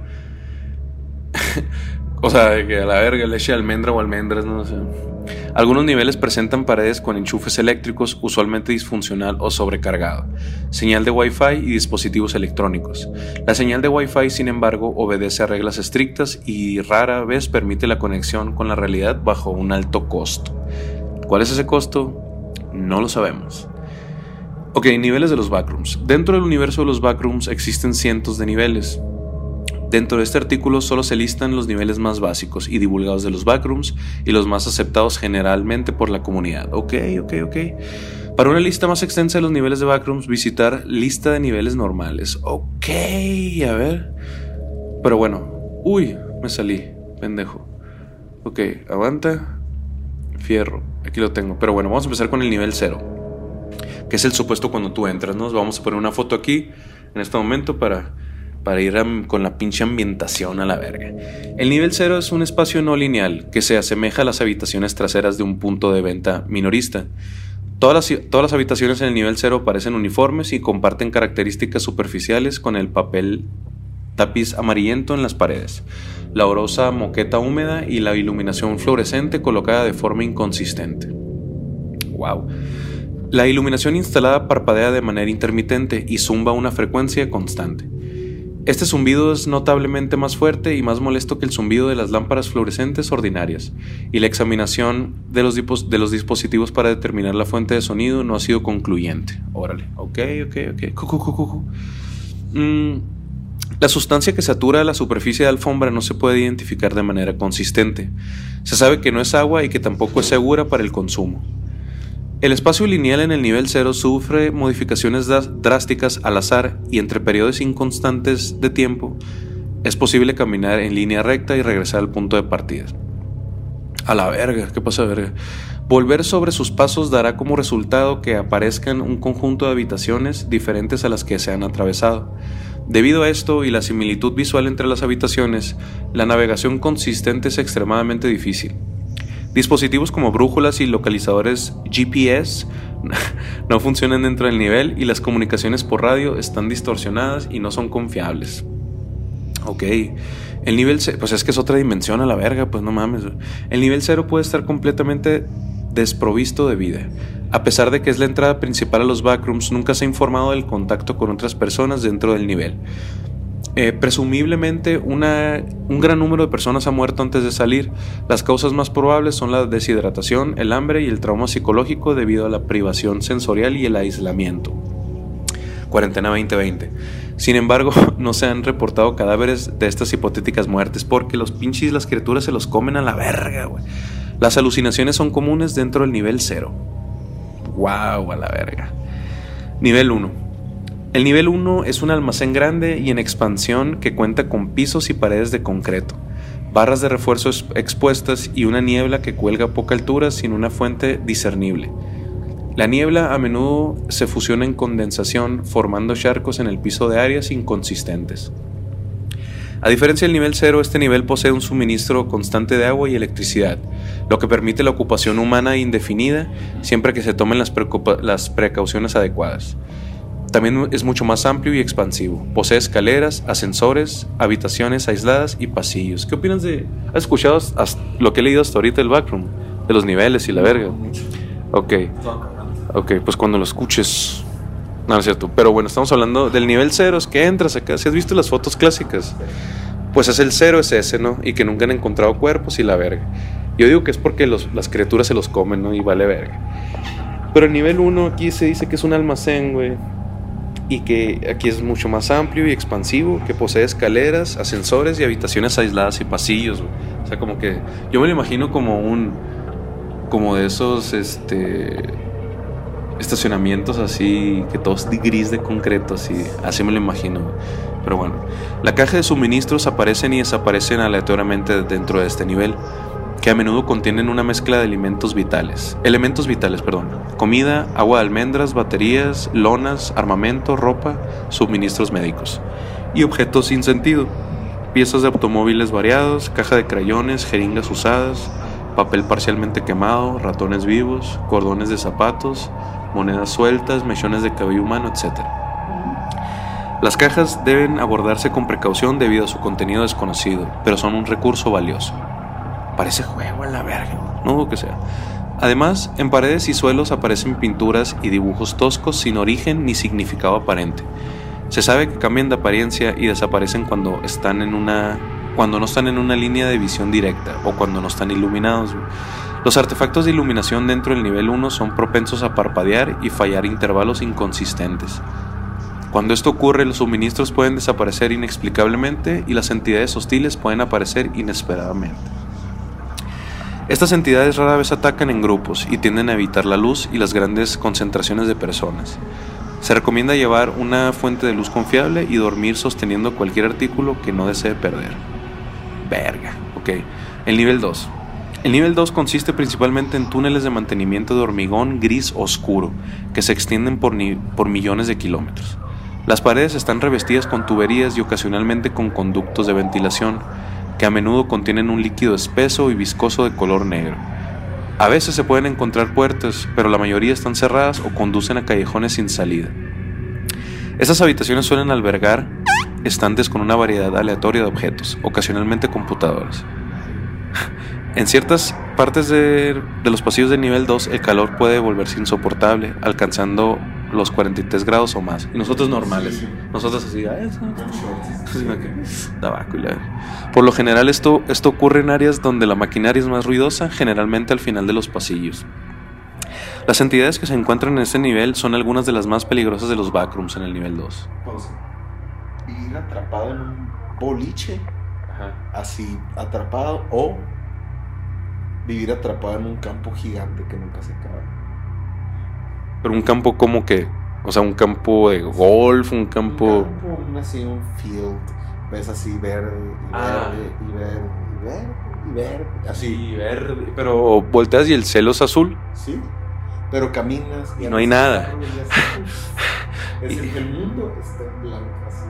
O sea, que a la verga leche de almendra o almendras, no sé. Algunos niveles presentan paredes con enchufes eléctricos, usualmente disfuncional o sobrecargado, señal de Wi-Fi y dispositivos electrónicos. La señal de Wi-Fi, sin embargo, obedece a reglas estrictas y rara vez permite la conexión con la realidad bajo un alto costo. ¿Cuál es ese costo? No lo sabemos. Ok, niveles de los backrooms. Dentro del universo de los backrooms existen cientos de niveles. Dentro de este artículo solo se listan los niveles más básicos y divulgados de los backrooms y los más aceptados generalmente por la comunidad. Ok, ok, ok. Para una lista más extensa de los niveles de backrooms, visitar lista de niveles normales. Ok, a ver. Pero bueno, uy, me salí, pendejo. Ok, aguanta. Fierro, aquí lo tengo. Pero bueno, vamos a empezar con el nivel cero, que es el supuesto cuando tú entras, ¿no? Vamos a poner una foto aquí en este momento para... para ir a, con la pinche ambientación a la verga. El nivel cero es un espacio no lineal que se asemeja a las habitaciones traseras de un punto de venta minorista. Todas las, todas las habitaciones en el nivel cero parecen uniformes y comparten características superficiales con el papel tapiz amarillento en las paredes, la olorosa moqueta húmeda y la iluminación fluorescente colocada de forma inconsistente. Wow. La iluminación instalada parpadea de manera intermitente y zumba a una frecuencia constante. Este zumbido es notablemente más fuerte y más molesto que el zumbido de las lámparas fluorescentes ordinarias, y la examinación de los, dipos- de los dispositivos para determinar la fuente de sonido no ha sido concluyente. Órale, ok, ok, ok. Cu, cu, cu, cu. Mm, la sustancia que satura la superficie de alfombra no se puede identificar de manera consistente. Se sabe que no es agua y que tampoco es segura para el consumo. El espacio lineal en el nivel cero sufre modificaciones drásticas al azar y entre periodos inconstantes de tiempo es posible caminar en línea recta y regresar al punto de partida. A la verga, ¿qué pasa, verga? Volver sobre sus pasos dará como resultado que aparezcan un conjunto de habitaciones diferentes a las que se han atravesado. Debido a esto y la similitud visual entre las habitaciones, la navegación consistente es extremadamente difícil. Dispositivos como brújulas y localizadores G P S no funcionan dentro del nivel y las comunicaciones por radio están distorsionadas y no son confiables. Ok, el nivel cero, pues es que es otra dimensión a la verga, pues no mames. El nivel cero puede estar completamente desprovisto de vida. A pesar de que es la entrada principal a los backrooms, nunca se ha informado del contacto con otras personas dentro del nivel. Eh, presumiblemente una, un gran número de personas ha muerto antes de salir. Las causas más probables son la deshidratación, el hambre y el trauma psicológico debido a la privación sensorial y el aislamiento. Cuarentena veinte veinte. Sin embargo, no se han reportado cadáveres de estas hipotéticas muertes porque los pinches las criaturas se los comen a la verga, güey. Las alucinaciones son comunes dentro del nivel cero. Wow, a la verga. Nivel uno. El nivel uno es un almacén grande y en expansión que cuenta con pisos y paredes de concreto, barras de refuerzo expuestas y una niebla que cuelga a poca altura sin una fuente discernible. La niebla a menudo se fusiona en condensación, formando charcos en el piso de áreas inconsistentes. A diferencia del nivel cero, este nivel posee un suministro constante de agua y electricidad, lo que permite la ocupación humana indefinida siempre que se tomen las, las precauciones adecuadas. También es mucho más amplio y expansivo. Posee escaleras, ascensores, habitaciones aisladas y pasillos. ¿Qué opinas de...? ¿Has escuchado lo que he leído hasta ahorita del Backroom? De los niveles y la verga. Ok. Ok, pues cuando lo escuches... No, no es cierto. Pero bueno, estamos hablando del nivel cero. Es que entras acá. ¿Si has visto las fotos clásicas? Pues es el cero, es ese, ¿no? Y que nunca han encontrado cuerpos y la verga. Yo digo que es porque los, las criaturas se los comen, ¿no? Y vale verga. Pero el nivel uno aquí se dice que es un almacén, güey. Y que aquí es mucho más amplio y expansivo, que posee escaleras, ascensores y habitaciones aisladas y pasillos, güey. O sea, como que yo me lo imagino como un como de esos este estacionamientos así que todos de gris de concreto, así, así me lo imagino, güey. Pero bueno, la caja de suministros aparecen y desaparecen aleatoriamente dentro de este nivel, que a menudo contienen una mezcla de alimentos vitales, elementos vitales, perdón, comida, agua de almendras, baterías, lonas, armamento, ropa, suministros médicos y objetos sin sentido, piezas de automóviles variados, caja de crayones, jeringas usadas, papel parcialmente quemado, ratones vivos, cordones de zapatos, monedas sueltas, mechones de cabello humano, etcétera. Las cajas deben abordarse con precaución debido a su contenido desconocido, pero son un recurso valioso. Parece juego a la verga, no dudo que sea. Además, en paredes y suelos aparecen pinturas y dibujos toscos sin origen ni significado aparente. Se sabe que cambian de apariencia y desaparecen cuando están en una, cuando no están en una línea de visión directa o cuando no están iluminados. Los artefactos de iluminación dentro del nivel uno son propensos a parpadear y fallar intervalos inconsistentes. Cuando esto ocurre, los suministros pueden desaparecer inexplicablemente y las entidades hostiles pueden aparecer inesperadamente. Estas entidades rara vez atacan en grupos y tienden a evitar la luz y las grandes concentraciones de personas. Se recomienda llevar una fuente de luz confiable y dormir sosteniendo cualquier artículo que no desee perder. Verga, ok. El nivel dos. El nivel dos consiste principalmente en túneles de mantenimiento de hormigón gris oscuro que se extienden por, ni- por millones de kilómetros. Las paredes están revestidas con tuberías y ocasionalmente con conductos de ventilación que a menudo contienen un líquido espeso y viscoso de color negro. A veces se pueden encontrar puertas, pero la mayoría están cerradas o conducen a callejones sin salida. Estas habitaciones suelen albergar estantes con una variedad aleatoria de objetos, ocasionalmente computadoras. En ciertas partes de, de los pasillos del nivel dos, el calor puede volverse insoportable, alcanzando los cuarenta y tres grados o más. Y nosotros normales. Sí. Nosotros así, ah, eso. Así, ok. Tabaco y la... Por lo general esto, esto ocurre en áreas donde la maquinaria es más ruidosa, generalmente al final de los pasillos. Las entidades que se encuentran en este nivel son algunas de las más peligrosas de los backrooms en el nivel dos. Pausa. Vivir atrapado en un boliche, Ajá. así atrapado, o vivir atrapado en un campo gigante que nunca se acaba. Pero un campo como que, o sea, un campo de golf, un campo... Un campo, un, así un field, ves así verde y Ah. verde y verde y verde y verde, así, Sí, verde. Pero volteas y el cielo es azul. sí, pero caminas Y no hay nada. y así, pues, es el, el mundo está en blanco, así.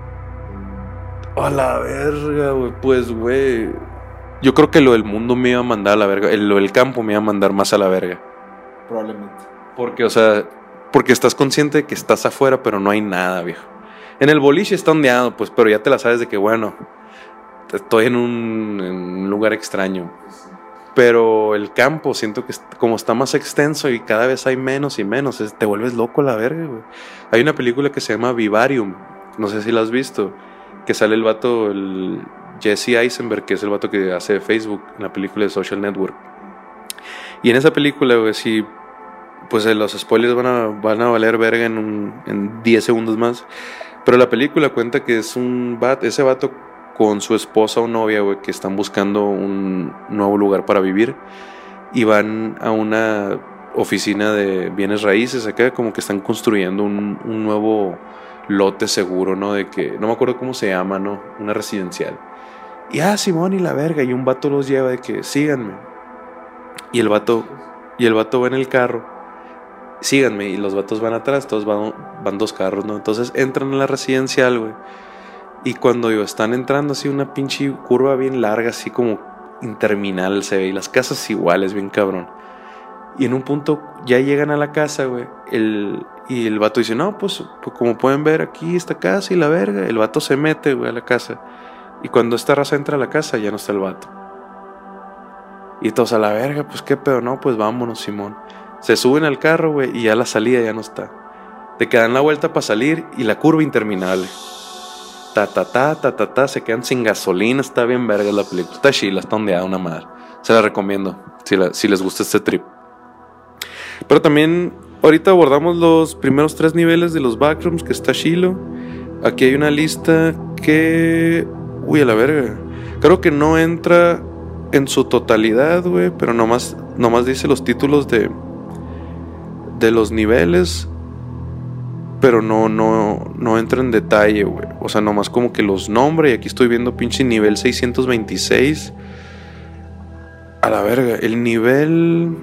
en- A la verga, güey. Pues, güey. Yo creo que lo del mundo me iba a mandar a la verga. el- Lo del campo me iba a mandar más a la verga. Probablemente. Porque, o sea, porque estás consciente de que estás afuera, pero no hay nada, viejo. En el boliche está ondeado, pues, pero ya te la sabes de que, bueno, estoy en un, en un lugar extraño. Pues, sí. Pero el campo, siento que est- como está más extenso y cada vez hay menos y menos, es- te vuelves loco a la verga, güey. Hay una película que se llama Vivarium, no sé si la has visto, que sale el vato, el Jesse Eisenberg, que es el vato que hace Facebook en la película de Social Network. Y en esa película, güey, sí, pues los spoilers van a, van a valer verga en, un, en diez segundos más. Pero la película cuenta que es un vato, ese vato con su esposa o novia, güey, que están buscando un nuevo lugar para vivir. Y van a una oficina de bienes raíces acá, como que están construyendo un, un nuevo lote seguro, ¿no? De que, no me acuerdo cómo se llama, ¿no? Una residencial. Y ah, Simón y la verga, y un vato los lleva de que, síganme. Y el vato, y el vato va en el carro, síganme, y los vatos van atrás, todos van, van dos carros, ¿no? Entonces entran a la residencial, güey. Y cuando yo, están entrando así una pinche curva bien larga, así como interminable se ve, y las casas iguales, bien cabrón. Y en un punto ya llegan a la casa, güey, el, y el vato dice, no, pues, pues como pueden ver aquí esta casa y la verga. El vato se mete, güey, a la casa. Y cuando esta raza entra a la casa, ya no está el vato. Y todos a la verga, pues qué pedo, no, pues vámonos, Simón. Se suben al carro, güey, y ya la salida ya no está. Te quedan la vuelta para salir y la curva interminable. Ta, ta, ta, ta, ta, ta, se quedan sin gasolina, está bien verga la película. Está chila, está ondeada una madre. Se la recomiendo, si, la, si les gusta este trip. Pero también, ahorita abordamos los primeros tres niveles de los backrooms, que está chilo. Aquí hay una lista que... Uy, a la verga. Creo que no entra en su totalidad, güey, pero nomás, nomás dice los títulos de, de los niveles, pero no, no, no entra en detalle, güey. O sea, nomás como que los nombra, y aquí estoy viendo pinche nivel seiscientos veintiséis. A la verga, el nivel...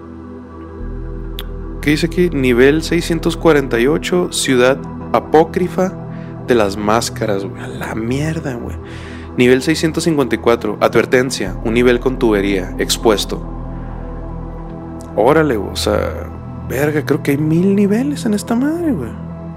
¿Qué dice aquí? Nivel seiscientos cuarenta y ocho, Ciudad Apócrifa de las Máscaras, güey. A la mierda, güey. Nivel seiscientos cincuenta y cuatro, advertencia, un nivel con tubería, expuesto. Órale, güey, o sea, verga, creo que hay mil niveles en esta madre, güey.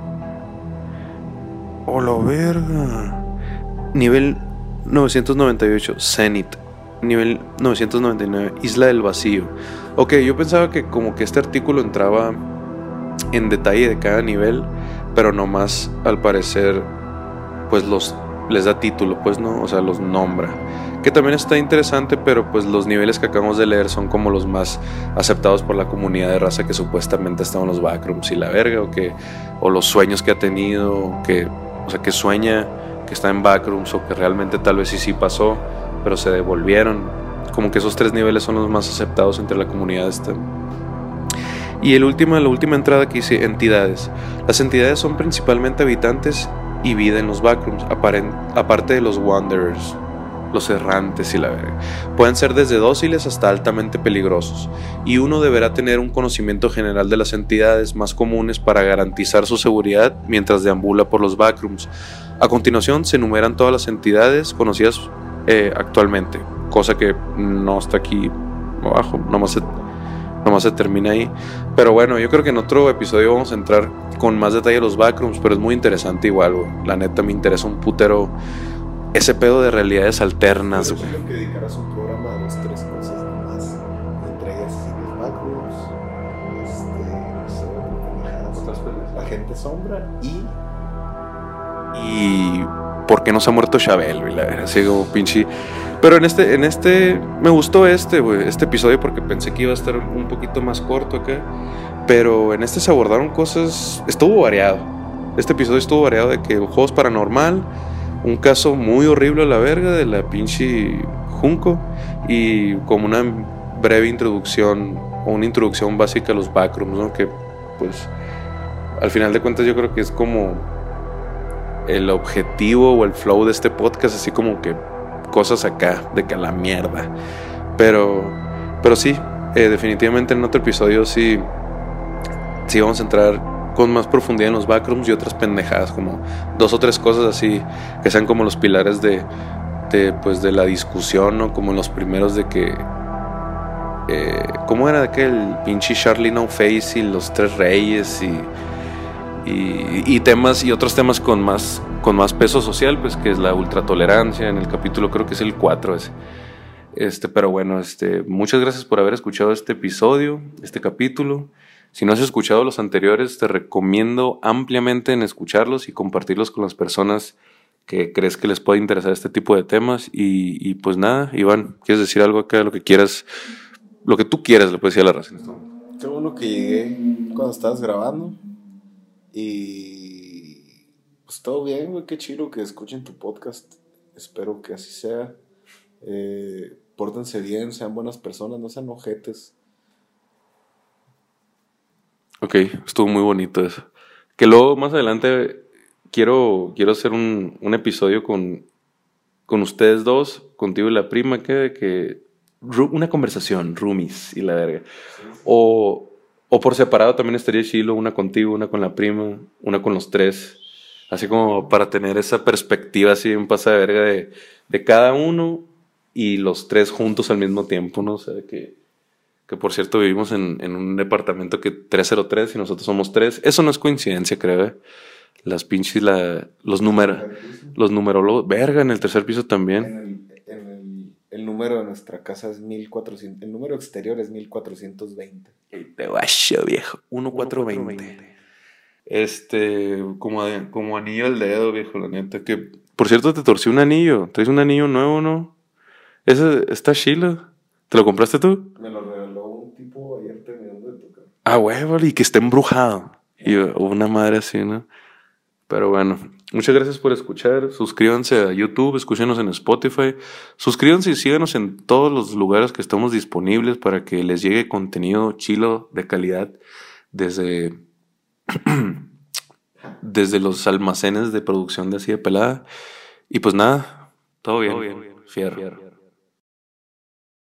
Hola, verga. Nivel novecientos noventa y ocho, Zenith. Nivel novecientos noventa y nueve, Isla del Vacío. Ok, yo pensaba que como que este artículo entraba en detalle de cada nivel, pero nomás al parecer pues los les da título, pues no, o sea, los nombra, que también está interesante, pero pues los niveles que acabamos de leer son como los más aceptados por la comunidad de raza que supuestamente están en los backrooms y la verga, o que o los sueños que ha tenido, que o sea, que sueña que está en backrooms, o que realmente tal vez sí sí pasó, pero se devolvieron. Como que esos tres niveles son los más aceptados entre la comunidad esta. Y el último, la última entrada que dice entidades. Las entidades son principalmente habitantes y vida en los backrooms, aparte de los wanderers, los errantes y la verga. Pueden ser desde dóciles hasta altamente peligrosos, y uno deberá tener un conocimiento general de las entidades más comunes para garantizar su seguridad mientras deambula por los backrooms. A continuación se enumeran todas las entidades conocidas eh, actualmente, cosa que no está aquí abajo, nomás se, nomás se termina ahí. Pero bueno, yo creo que en otro episodio vamos a entrar con más detalle a los backrooms, pero es muy interesante igual, güey. La neta me interesa un putero ese pedo de realidades alternas, güey. Yo creo que dedicarás un programa a dos, tres cosas nomás, entre ellas los backrooms, este, no sé, la gente sombra y... Y... ¿por qué no se ha muerto Chabel, güey? La verdad, así como pinche... Pero en este, en este, me gustó este, güey, este episodio, porque pensé que iba a estar un poquito más corto acá. Pero en este se abordaron cosas, estuvo variado. Este episodio estuvo variado de que el juego es paranormal, un caso muy horrible a la verga de la pinche Junco, y como una breve introducción, o una introducción básica a los backrooms, ¿no? Que pues, al final de cuentas yo creo que es como el objetivo o el flow de este podcast, así como que cosas acá, de que a la mierda. Pero, pero sí, eh, definitivamente en otro episodio sí, sí vamos a entrar con más profundidad en los backrooms y otras pendejadas, como dos o tres cosas así, que sean como los pilares de, de, pues, de la discusión, ¿no? Como en los primeros de que... Eh, ¿cómo era aquel pinche Charlie No Face y los tres reyes y... Y, y temas y otros temas con más con más peso social, pues, que es la ultratolerancia. En el capítulo creo que es el cuatro ese. Este, pero bueno, este, muchas gracias por haber escuchado este episodio, este capítulo. Si no has escuchado los anteriores, te recomiendo ampliamente en escucharlos y compartirlos con las personas que crees que les puede interesar este tipo de temas. Y, y pues nada, Iván, ¿quieres decir algo acá? Lo que quieras, lo que tú quieras, le puedes decir a la raza. Qué bueno que llegué cuando estabas grabando. Y pues todo bien, güey, qué chido que escuchen tu podcast. Espero que así sea. Eh, pórtense bien, sean buenas personas, no sean ojetes. Ok, estuvo muy bonito eso. Que luego más adelante quiero, quiero hacer un, un episodio con, con ustedes dos, contigo y la prima, que, de que una conversación, roomies y la verga. O, o por separado también estaría chilo, una contigo, una con la prima, una con los tres. Así como para tener esa perspectiva así en pasa de verga de, de cada uno y los tres juntos al mismo tiempo, ¿no? O sea, que, que por cierto vivimos en, en un departamento que trescientos tres y nosotros somos tres. Eso no es coincidencia, creo, ¿eh? Las pinches, la, los números, los numerólogos, verga, en el tercer piso también. En el, en el, el número de nuestra casa es mil cuatrocientos, el número exterior es mil cuatrocientos veinte. Te vaya, viejo. uno cuatro veinte. Este, como, como anillo al dedo, viejo, la neta. Que, por cierto, te torcí un anillo. ¿Traes un anillo nuevo, no? Ese está chilo. ¿Te lo compraste tú? Me lo regaló un tipo ayer terminando de tocar. Ah, huevo, y que esté embrujado. Y una madre así, ¿no? Pero bueno, muchas gracias por escuchar. Suscríbanse a YouTube, escúchenos en Spotify. Suscríbanse y síganos en todos los lugares que estamos disponibles para que les llegue contenido chilo de calidad desde, desde los almacenes de producción de Así de Pelada. Y pues nada, todo bien. Todo bien. Fierro. Fierro.